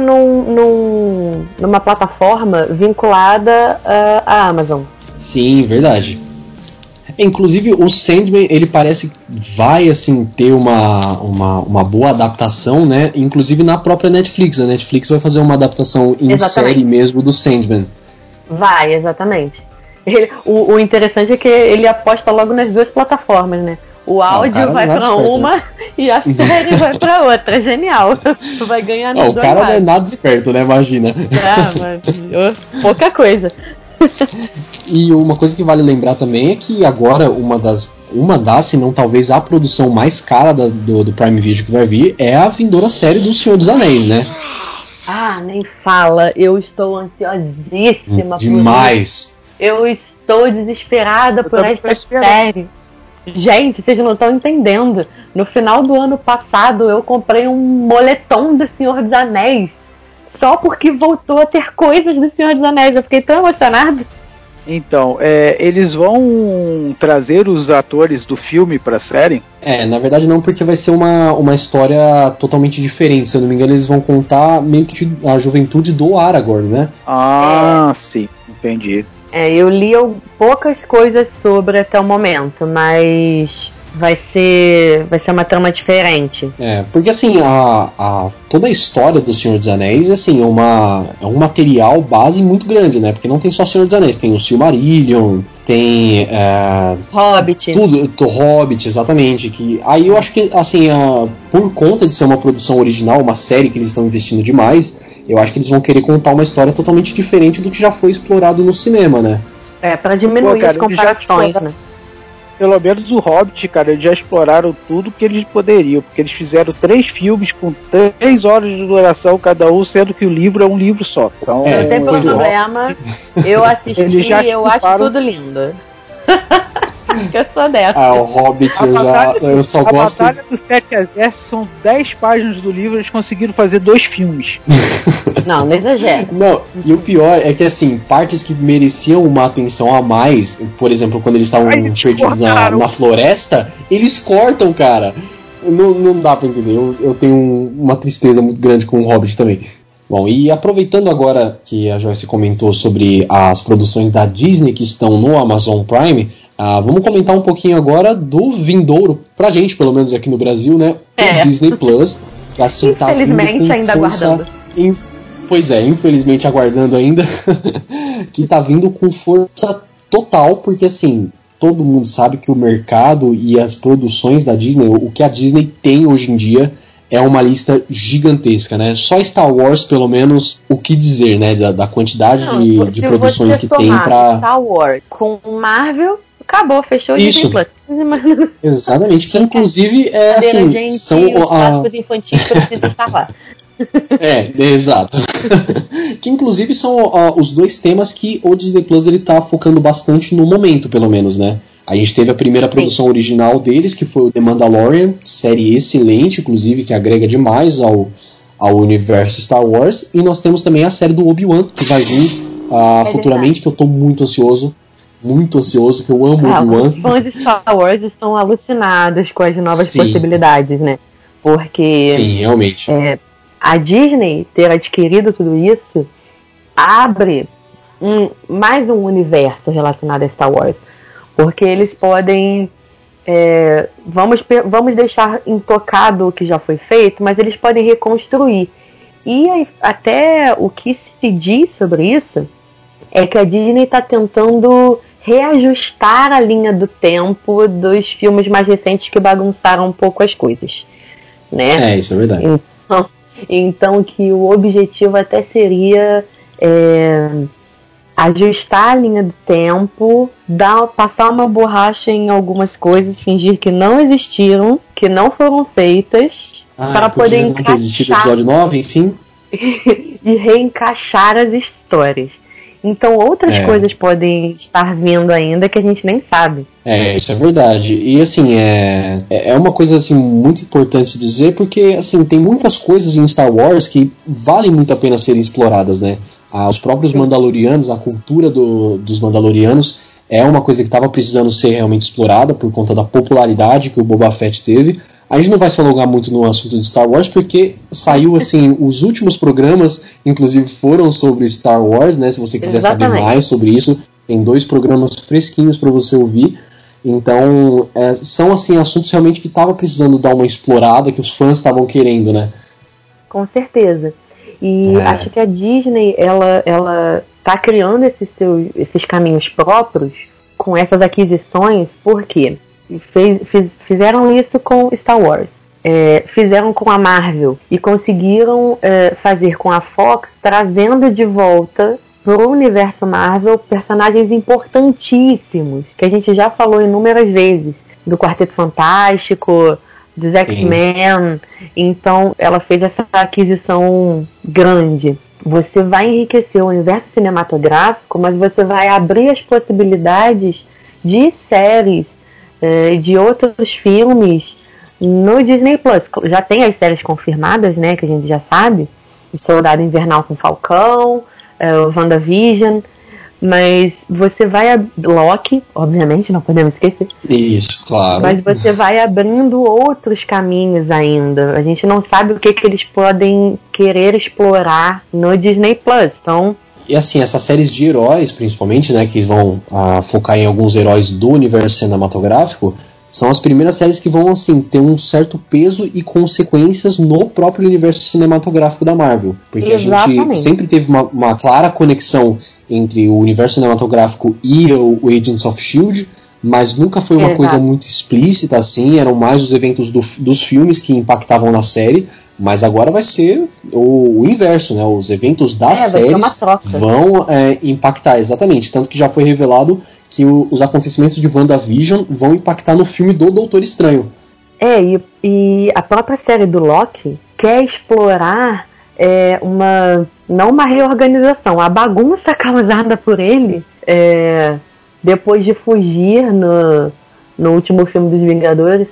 numa plataforma vinculada à Amazon.
Sim, verdade. Inclusive o Sandman, ele parece que vai assim ter uma boa adaptação, né? Inclusive na própria Netflix. A Netflix vai fazer uma adaptação em série mesmo do Sandman.
Vai, exatamente. O interessante é que ele aposta logo nas 2 plataformas, né? O áudio vai pra uma e a série vai pra outra. Genial. Vai ganhar nos 2
O cara lados. Não é nada esperto, né? Imagina.
Mas pouca coisa.
E uma coisa que vale lembrar também é que agora uma das, se não talvez a produção mais cara do Prime Video que vai vir é a vindoura série do Senhor dos Anéis, né?
Nem fala, eu estou ansiosíssima
demais.
por isso. Eu estou desesperada por esta série. Gente, vocês não estão entendendo. No final do ano passado eu comprei um moletom do Senhor dos Anéis. Só porque voltou a ter coisas do Senhor dos Anéis. Eu fiquei tão emocionado.
Então, eles vão trazer os atores do filme pra série?
Na verdade não, porque vai ser uma história totalmente diferente. Se eu não me engano, eles vão contar meio que a juventude do Aragorn, né?
Sim, entendi.
Eu li poucas coisas sobre até o momento, mas vai ser uma trama diferente.
Porque assim, toda a história do Senhor dos Anéis assim, é um material base muito grande, né? Porque não tem só Senhor dos Anéis, tem o Silmarillion, tem
Hobbit.
Tudo, Hobbit, exatamente. Que, aí eu acho que assim, por conta de ser uma produção original, uma série que eles estão investindo demais, eu acho que eles vão querer contar uma história totalmente diferente do que já foi explorado no cinema, né?
Pra diminuir as comparações, né?
Pelo menos o Hobbit, cara, eles já exploraram tudo que eles poderiam, porque eles fizeram 3 filmes com 3 horas de duração cada um, sendo que o livro é um livro só. Então,
não tem problema, eu assisti e eu acho tudo lindo. Eu sou dessa.
O Hobbit eu só gosto...
A Batalha dos 7 Exércitos são 10 páginas do livro, eles conseguiram fazer 2 filmes.
Não exagera.
Não, e o pior é que assim, partes que mereciam uma atenção a mais, por exemplo, quando eles estavam perdidos na floresta, eles cortam, cara. Não dá pra entender. Eu tenho uma tristeza muito grande com o Hobbit também. Bom, e aproveitando agora que a Joyce comentou sobre as produções da Disney que estão no Amazon Prime, vamos comentar um pouquinho agora do vindouro, pra gente, pelo menos aqui no Brasil, né? O Disney Plus, que assim tá vindo com
ainda
força,
aguardando.
Pois é, infelizmente aguardando ainda, que tá vindo com força total, porque assim, todo mundo sabe que o mercado e as produções da Disney, o que a Disney tem hoje em dia, é uma lista gigantesca, né? Só Star Wars, pelo menos, o que dizer, né? Da quantidade de produções que tem pra...
Star Wars com Marvel, acabou, fechou o Disney Plus.
Exatamente, que inclusive é assim...
Gente,
são
os clássicos infantis precisam estar lá.
Exato. Que inclusive são os dois temas que o Disney Plus ele tá focando bastante no momento, pelo menos, né? A gente teve a primeira produção original deles, que foi o The Mandalorian, série excelente, inclusive, que agrega demais ao universo Star Wars. E nós temos também a série do Obi-Wan, que vai vir futuramente, que eu tô muito ansioso, que eu amo Obi-Wan.
Os fãs de Star Wars estão alucinados com as novas possibilidades, né? Porque
sim, realmente.
A Disney ter adquirido tudo isso abre mais um universo relacionado a Star Wars. Porque eles podem... vamos deixar intocado o que já foi feito, mas eles podem reconstruir. E até o que se diz sobre isso é que a Disney está tentando reajustar a linha do tempo dos filmes mais recentes que bagunçaram um pouco as coisas, né?
Isso é verdade.
Então que o objetivo até seria... ajustar a linha do tempo, passar uma borracha em algumas coisas, fingir que não existiram, que não foram feitas, para poder encaixar
episódio 9, enfim.
e reencaixar as histórias. Então outras coisas podem estar vindo ainda que a gente nem sabe.
Isso é verdade. E assim, é uma coisa assim, muito importante dizer, porque assim, tem muitas coisas em Star Wars que valem muito a pena serem exploradas, né? Os próprios Mandalorianos, a cultura dos Mandalorianos é uma coisa que estava precisando ser realmente explorada por conta da popularidade que o Boba Fett teve. A gente não vai se alongar muito no assunto de Star Wars, porque saiu assim, os últimos programas, inclusive foram sobre Star Wars, né? Se você quiser saber mais sobre isso, tem 2 programas fresquinhos para você ouvir. Então, são assim, assuntos realmente que estavam precisando dar uma explorada, que os fãs estavam querendo, né?
Com certeza. E acho que a Disney, ela tá criando esses caminhos próprios com essas aquisições, porque fizeram isso com Star Wars, fizeram com a Marvel e conseguiram fazer com a Fox, trazendo de volta pro universo Marvel personagens importantíssimos, que a gente já falou inúmeras vezes, do Quarteto Fantástico, dos X-Men. Então ela fez essa aquisição grande. Você vai enriquecer o universo cinematográfico, mas você vai abrir as possibilidades de séries, de outros filmes no Disney Plus. Já tem as séries confirmadas, né, que a gente já sabe, o Soldado Invernal com Falcão, o WandaVision, mas você vai Loki, obviamente, não podemos esquecer.
Isso, claro.
Mas você vai abrindo outros caminhos ainda. A gente não sabe o que eles podem querer explorar no Disney Plus. Então,
e assim, essas séries de heróis, principalmente, né, que vão focar em alguns heróis do universo cinematográfico, são as primeiras séries que vão assim, ter um certo peso e consequências no próprio universo cinematográfico da Marvel. Porque
exatamente.
A gente sempre teve uma clara conexão entre o universo cinematográfico e o Agents of S.H.I.E.L.D., mas nunca foi uma coisa muito explícita assim, eram mais os eventos dos filmes que impactavam na série, mas agora vai ser o inverso, né? Os eventos das séries vão impactar, exatamente, tanto que já foi revelado que os acontecimentos de WandaVision vão impactar no filme do Doutor Estranho.
E a própria série do Loki quer explorar não uma reorganização, a bagunça causada por ele depois de fugir no último filme dos Vingadores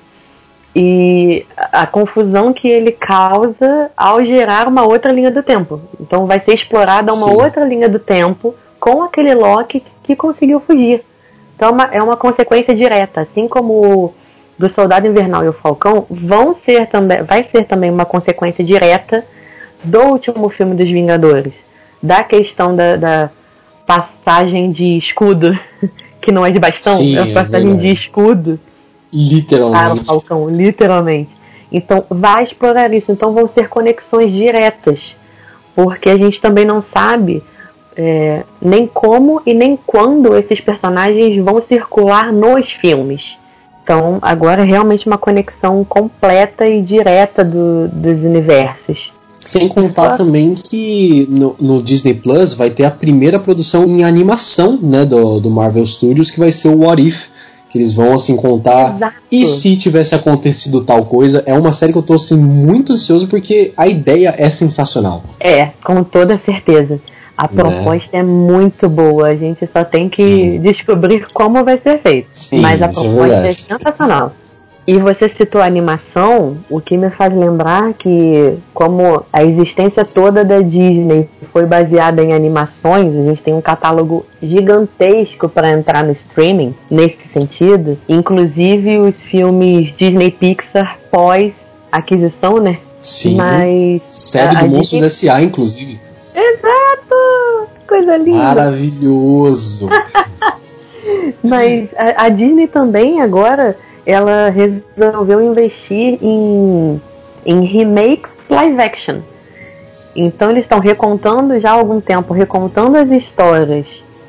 e a confusão que ele causa ao gerar uma outra linha do tempo. Então vai ser explorada uma outra linha do tempo com aquele Loki que conseguiu fugir. Então é uma consequência direta, assim como do Soldado Invernal e o Falcão vai ser também uma consequência direta do último filme dos Vingadores, da questão da passagem de escudo, que não é de bastão,
sim,
é a passagem de escudo para o Falcão, literalmente. Então vai explorar isso, então vão ser conexões diretas, porque a gente também não sabe nem como e nem quando esses personagens vão circular nos filmes. Então agora é realmente uma conexão completa e direta dos universos.
Sem contar também que no Disney Plus vai ter a primeira produção em animação, né, do Marvel Studios, que vai ser o What If, que eles vão assim contar. Exato. E se tivesse acontecido tal coisa. É uma série que eu tô assim muito ansioso, porque a ideia é sensacional.
Com toda certeza. A proposta é muito boa, a gente só tem que descobrir como vai ser feito.
Sim,
mas a proposta é sensacional. E você citou a animação, o que me faz lembrar que, como a existência toda da Disney foi baseada em animações, a gente tem um catálogo gigantesco para entrar no streaming, nesse sentido. Inclusive os filmes Disney Pixar pós-aquisição, né?
Sim,
mas
série do Monstros S.A., inclusive.
Exato! Coisa linda!
Maravilhoso!
Mas a Disney também agora... ela resolveu investir em remakes live action. Então eles estão recontando já há algum tempo, recontando as histórias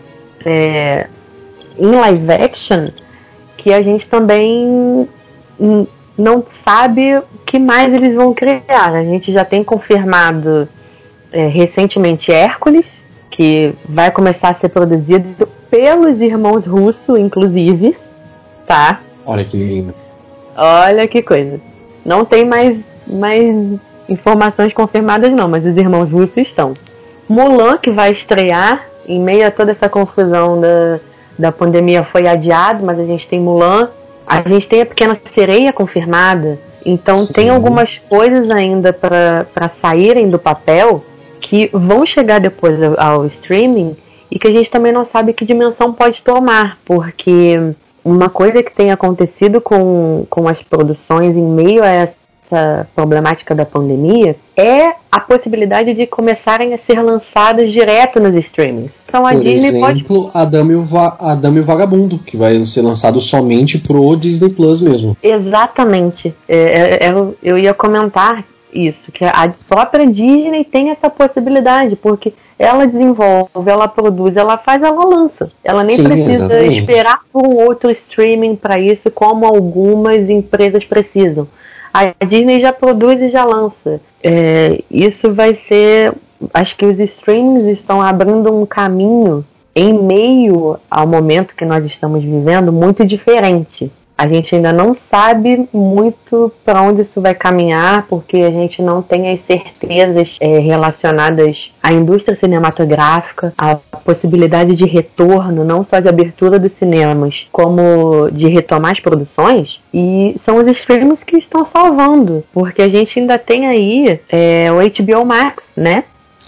em live action, que a gente também não sabe o que mais eles vão criar. A gente já tem confirmado recentemente Hércules, que vai começar a ser produzido pelos irmãos Russo, inclusive, tá?
Olha que lindo.
Olha que coisa. Não tem mais informações confirmadas não, mas os irmãos Russo estão. Mulan, que vai estrear em meio a toda essa confusão da pandemia, foi adiado, mas a gente tem Mulan. A gente tem a Pequena Sereia confirmada. Então tem algumas coisas ainda para saírem do papel que vão chegar depois ao streaming e que a gente também não sabe que dimensão pode tomar, porque... uma coisa que tem acontecido com as produções em meio a essa problemática da pandemia é a possibilidade de começarem a ser lançadas direto nos streamings. Então a Disney
exemplo, A Dama e o Vagabundo, que vai ser lançado somente pro Disney Plus mesmo.
Exatamente. Eu ia comentar isso, que a própria Disney tem essa possibilidade, porque ela desenvolve, ela produz, ela faz, ela lança. Ela nem precisa esperar por um outro streaming para isso, como algumas empresas precisam. A Disney já produz e já lança. Isso vai ser... acho que os streamings estão abrindo um caminho em meio ao momento que nós estamos vivendo muito diferente. A gente ainda não sabe muito para onde isso vai caminhar, porque a gente não tem as certezas relacionadas à indústria cinematográfica, à possibilidade de retorno, não só de abertura dos cinemas, como de retomar as produções. E são os streams que estão salvando, porque a gente ainda tem aí o HBO Max, né?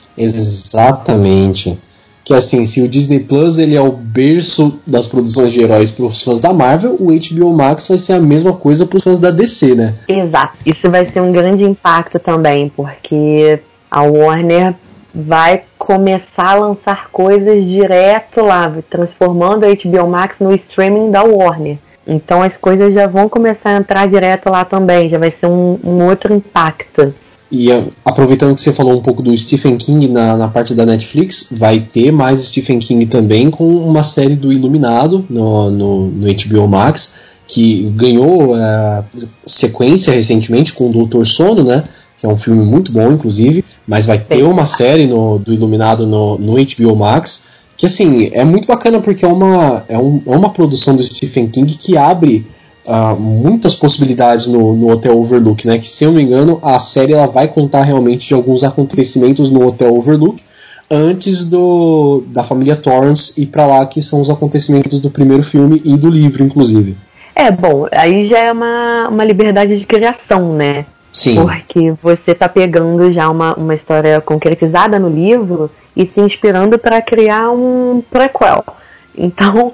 Exatamente. Que assim, se o Disney Plus ele é o berço das produções de heróis para os fãs da Marvel, o HBO Max vai ser a mesma coisa para os fãs da DC, né?
Exato. Isso vai ser um grande impacto também, porque a Warner vai começar a lançar coisas direto lá, transformando a HBO Max no streaming da Warner. Então as coisas já vão começar a entrar direto lá também, já vai ser um outro impacto.
E aproveitando que você falou um pouco do Stephen King na parte da Netflix, vai ter mais Stephen King também com uma série do Iluminado no HBO Max, que ganhou sequência recentemente com o Doutor Sono, né? Que é um filme muito bom, inclusive, mas vai ter uma série do Iluminado no HBO Max, que assim, é muito bacana porque é uma produção do Stephen King que abre muitas possibilidades no Hotel Overlook, né? Que, se eu não me engano, a série ela vai contar realmente de alguns acontecimentos no Hotel Overlook antes da família Torrance ir pra lá, que são os acontecimentos do primeiro filme e do livro, inclusive.
Bom, aí já é uma liberdade de criação, né?
Sim.
Porque você tá pegando já uma história concretizada no livro e se inspirando para criar um prequel. Então,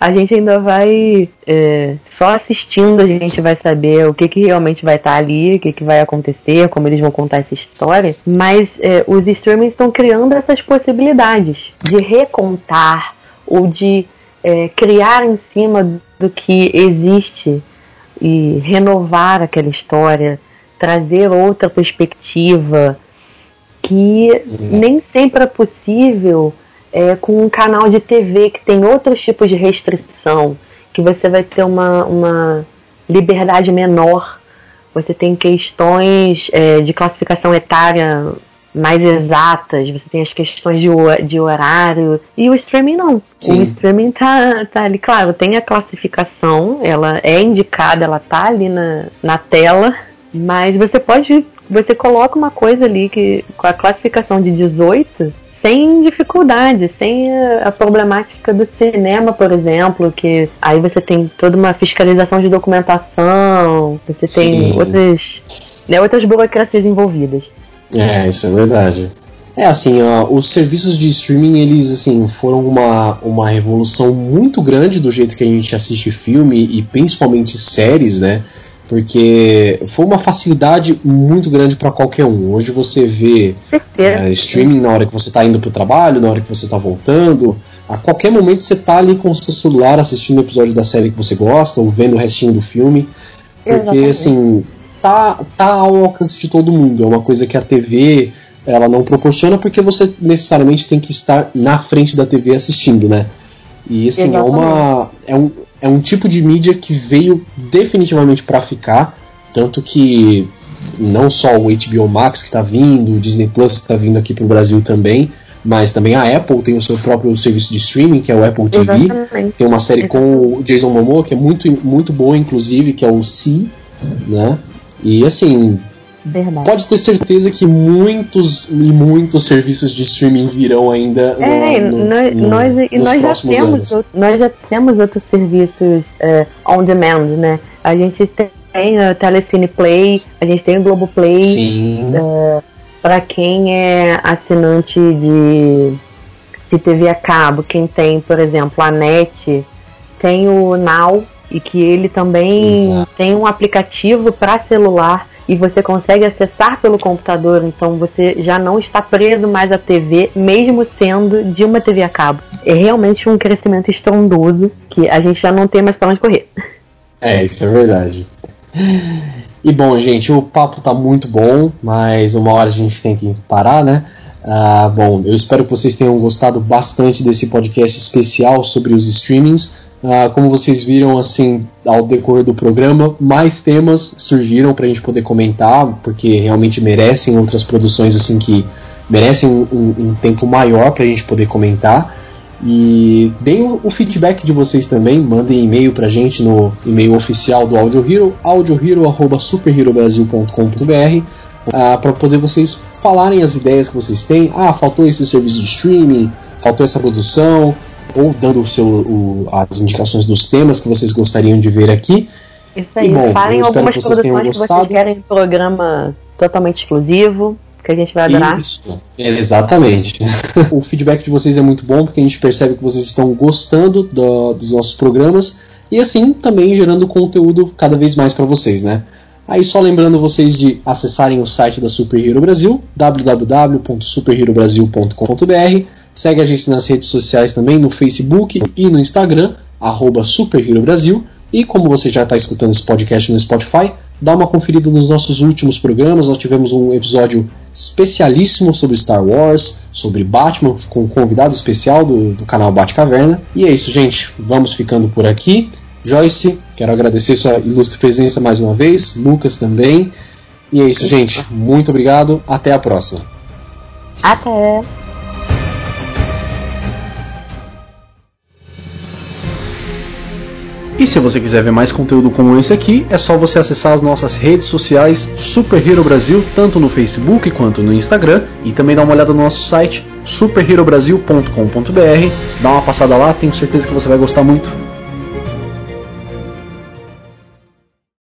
a gente ainda vai, só assistindo a gente vai saber o que realmente vai estar ali, o que vai acontecer, como eles vão contar essa história, mas os streamings estão criando essas possibilidades de recontar ou de criar em cima do que existe e renovar aquela história, trazer outra perspectiva que nem sempre é possível com um canal de TV que tem outros tipos de restrição, que você vai ter uma liberdade menor, você tem questões de classificação etária mais exatas, você tem as questões de horário, e o streaming não. Sim. O streaming tá ali, claro, tem a classificação, ela é indicada, ela tá ali na tela, mas você coloca uma coisa ali que com a classificação de 18 sem dificuldade, sem a problemática do cinema, por exemplo, que aí você tem toda uma fiscalização de documentação, você tem outras burocracias envolvidas.
Isso é verdade. Assim, os serviços de streaming, eles assim, foram uma revolução muito grande do jeito que a gente assiste filme e principalmente séries, né? Porque foi uma facilidade muito grande para qualquer um. Hoje você vê streaming na hora que você está indo para o trabalho, na hora que você está voltando. A qualquer momento você está ali com o seu celular assistindo o episódio da série que você gosta ou vendo o restinho do filme. Porque, assim, tá ao alcance de todo mundo. É uma coisa que a TV ela não proporciona porque você necessariamente tem que estar na frente da TV assistindo, né? E, assim, é um tipo de mídia que veio definitivamente para ficar, tanto que não só o HBO Max que está vindo, o Disney Plus que está vindo aqui para o Brasil também, mas também a Apple tem o seu próprio serviço de streaming, que é o Apple TV. Exatamente. Tem uma série com o Jason Momoa, que é muito, muito boa, inclusive, que é o Si, né? E assim, verdade. Pode ter certeza que muitos e muitos serviços de streaming virão ainda
nós já temos outros serviços on demand, né? A gente tem a Telecine Play, a gente tem o Globoplay, para quem é assinante de TV a cabo, quem tem, por exemplo, a NET, tem o Now, e que ele também tem um aplicativo para celular e você consegue acessar pelo computador, então você já não está preso mais à TV, mesmo sendo de uma TV a cabo. É realmente um crescimento estrondoso que a gente já não tem mais para onde correr.
Isso é verdade. E bom, gente, o papo tá muito bom, mas uma hora a gente tem que parar, né? Bom, eu espero que vocês tenham gostado bastante desse podcast especial sobre os streamings. Como vocês viram, assim, ao decorrer do programa, mais temas surgiram pra gente poder comentar, porque realmente merecem outras produções assim que merecem um tempo maior pra gente poder comentar. E deem o feedback de vocês também, mandem e-mail pra gente no e-mail oficial do Audio Hero, audiohero@superherobrasil.com.br, para poder vocês falarem as ideias que vocês têm. Faltou esse serviço de streaming, faltou essa produção, ou dando as indicações dos temas que vocês gostariam de ver aqui.
Isso aí, falem algumas produções que vocês querem em programa totalmente exclusivo, que a gente vai adorar.
Isso, exatamente. O feedback de vocês é muito bom, porque a gente percebe que vocês estão gostando dos nossos programas, e assim também gerando conteúdo cada vez mais para vocês, né? Aí só lembrando vocês de acessarem o site da Super Hero Brasil, www.superherobrasil.com.br. Segue a gente nas redes sociais também, no Facebook e no Instagram, @SuperHeroBrasil. E como você já está escutando esse podcast no Spotify, dá uma conferida nos nossos últimos programas. Nós tivemos um episódio especialíssimo sobre Star Wars, sobre Batman, com um convidado especial do canal Batcaverna. E é isso, gente. Vamos ficando por aqui. Joyce, quero agradecer sua ilustre presença mais uma vez. Lucas também. E é isso, gente. Muito obrigado. Até a próxima.
Até.
E se você quiser ver mais conteúdo como esse aqui, é só você acessar as nossas redes sociais Super Hero Brasil, tanto no Facebook quanto no Instagram, e também dar uma olhada no nosso site superherobrasil.com.br. Dá uma passada lá, tenho certeza que você vai gostar muito.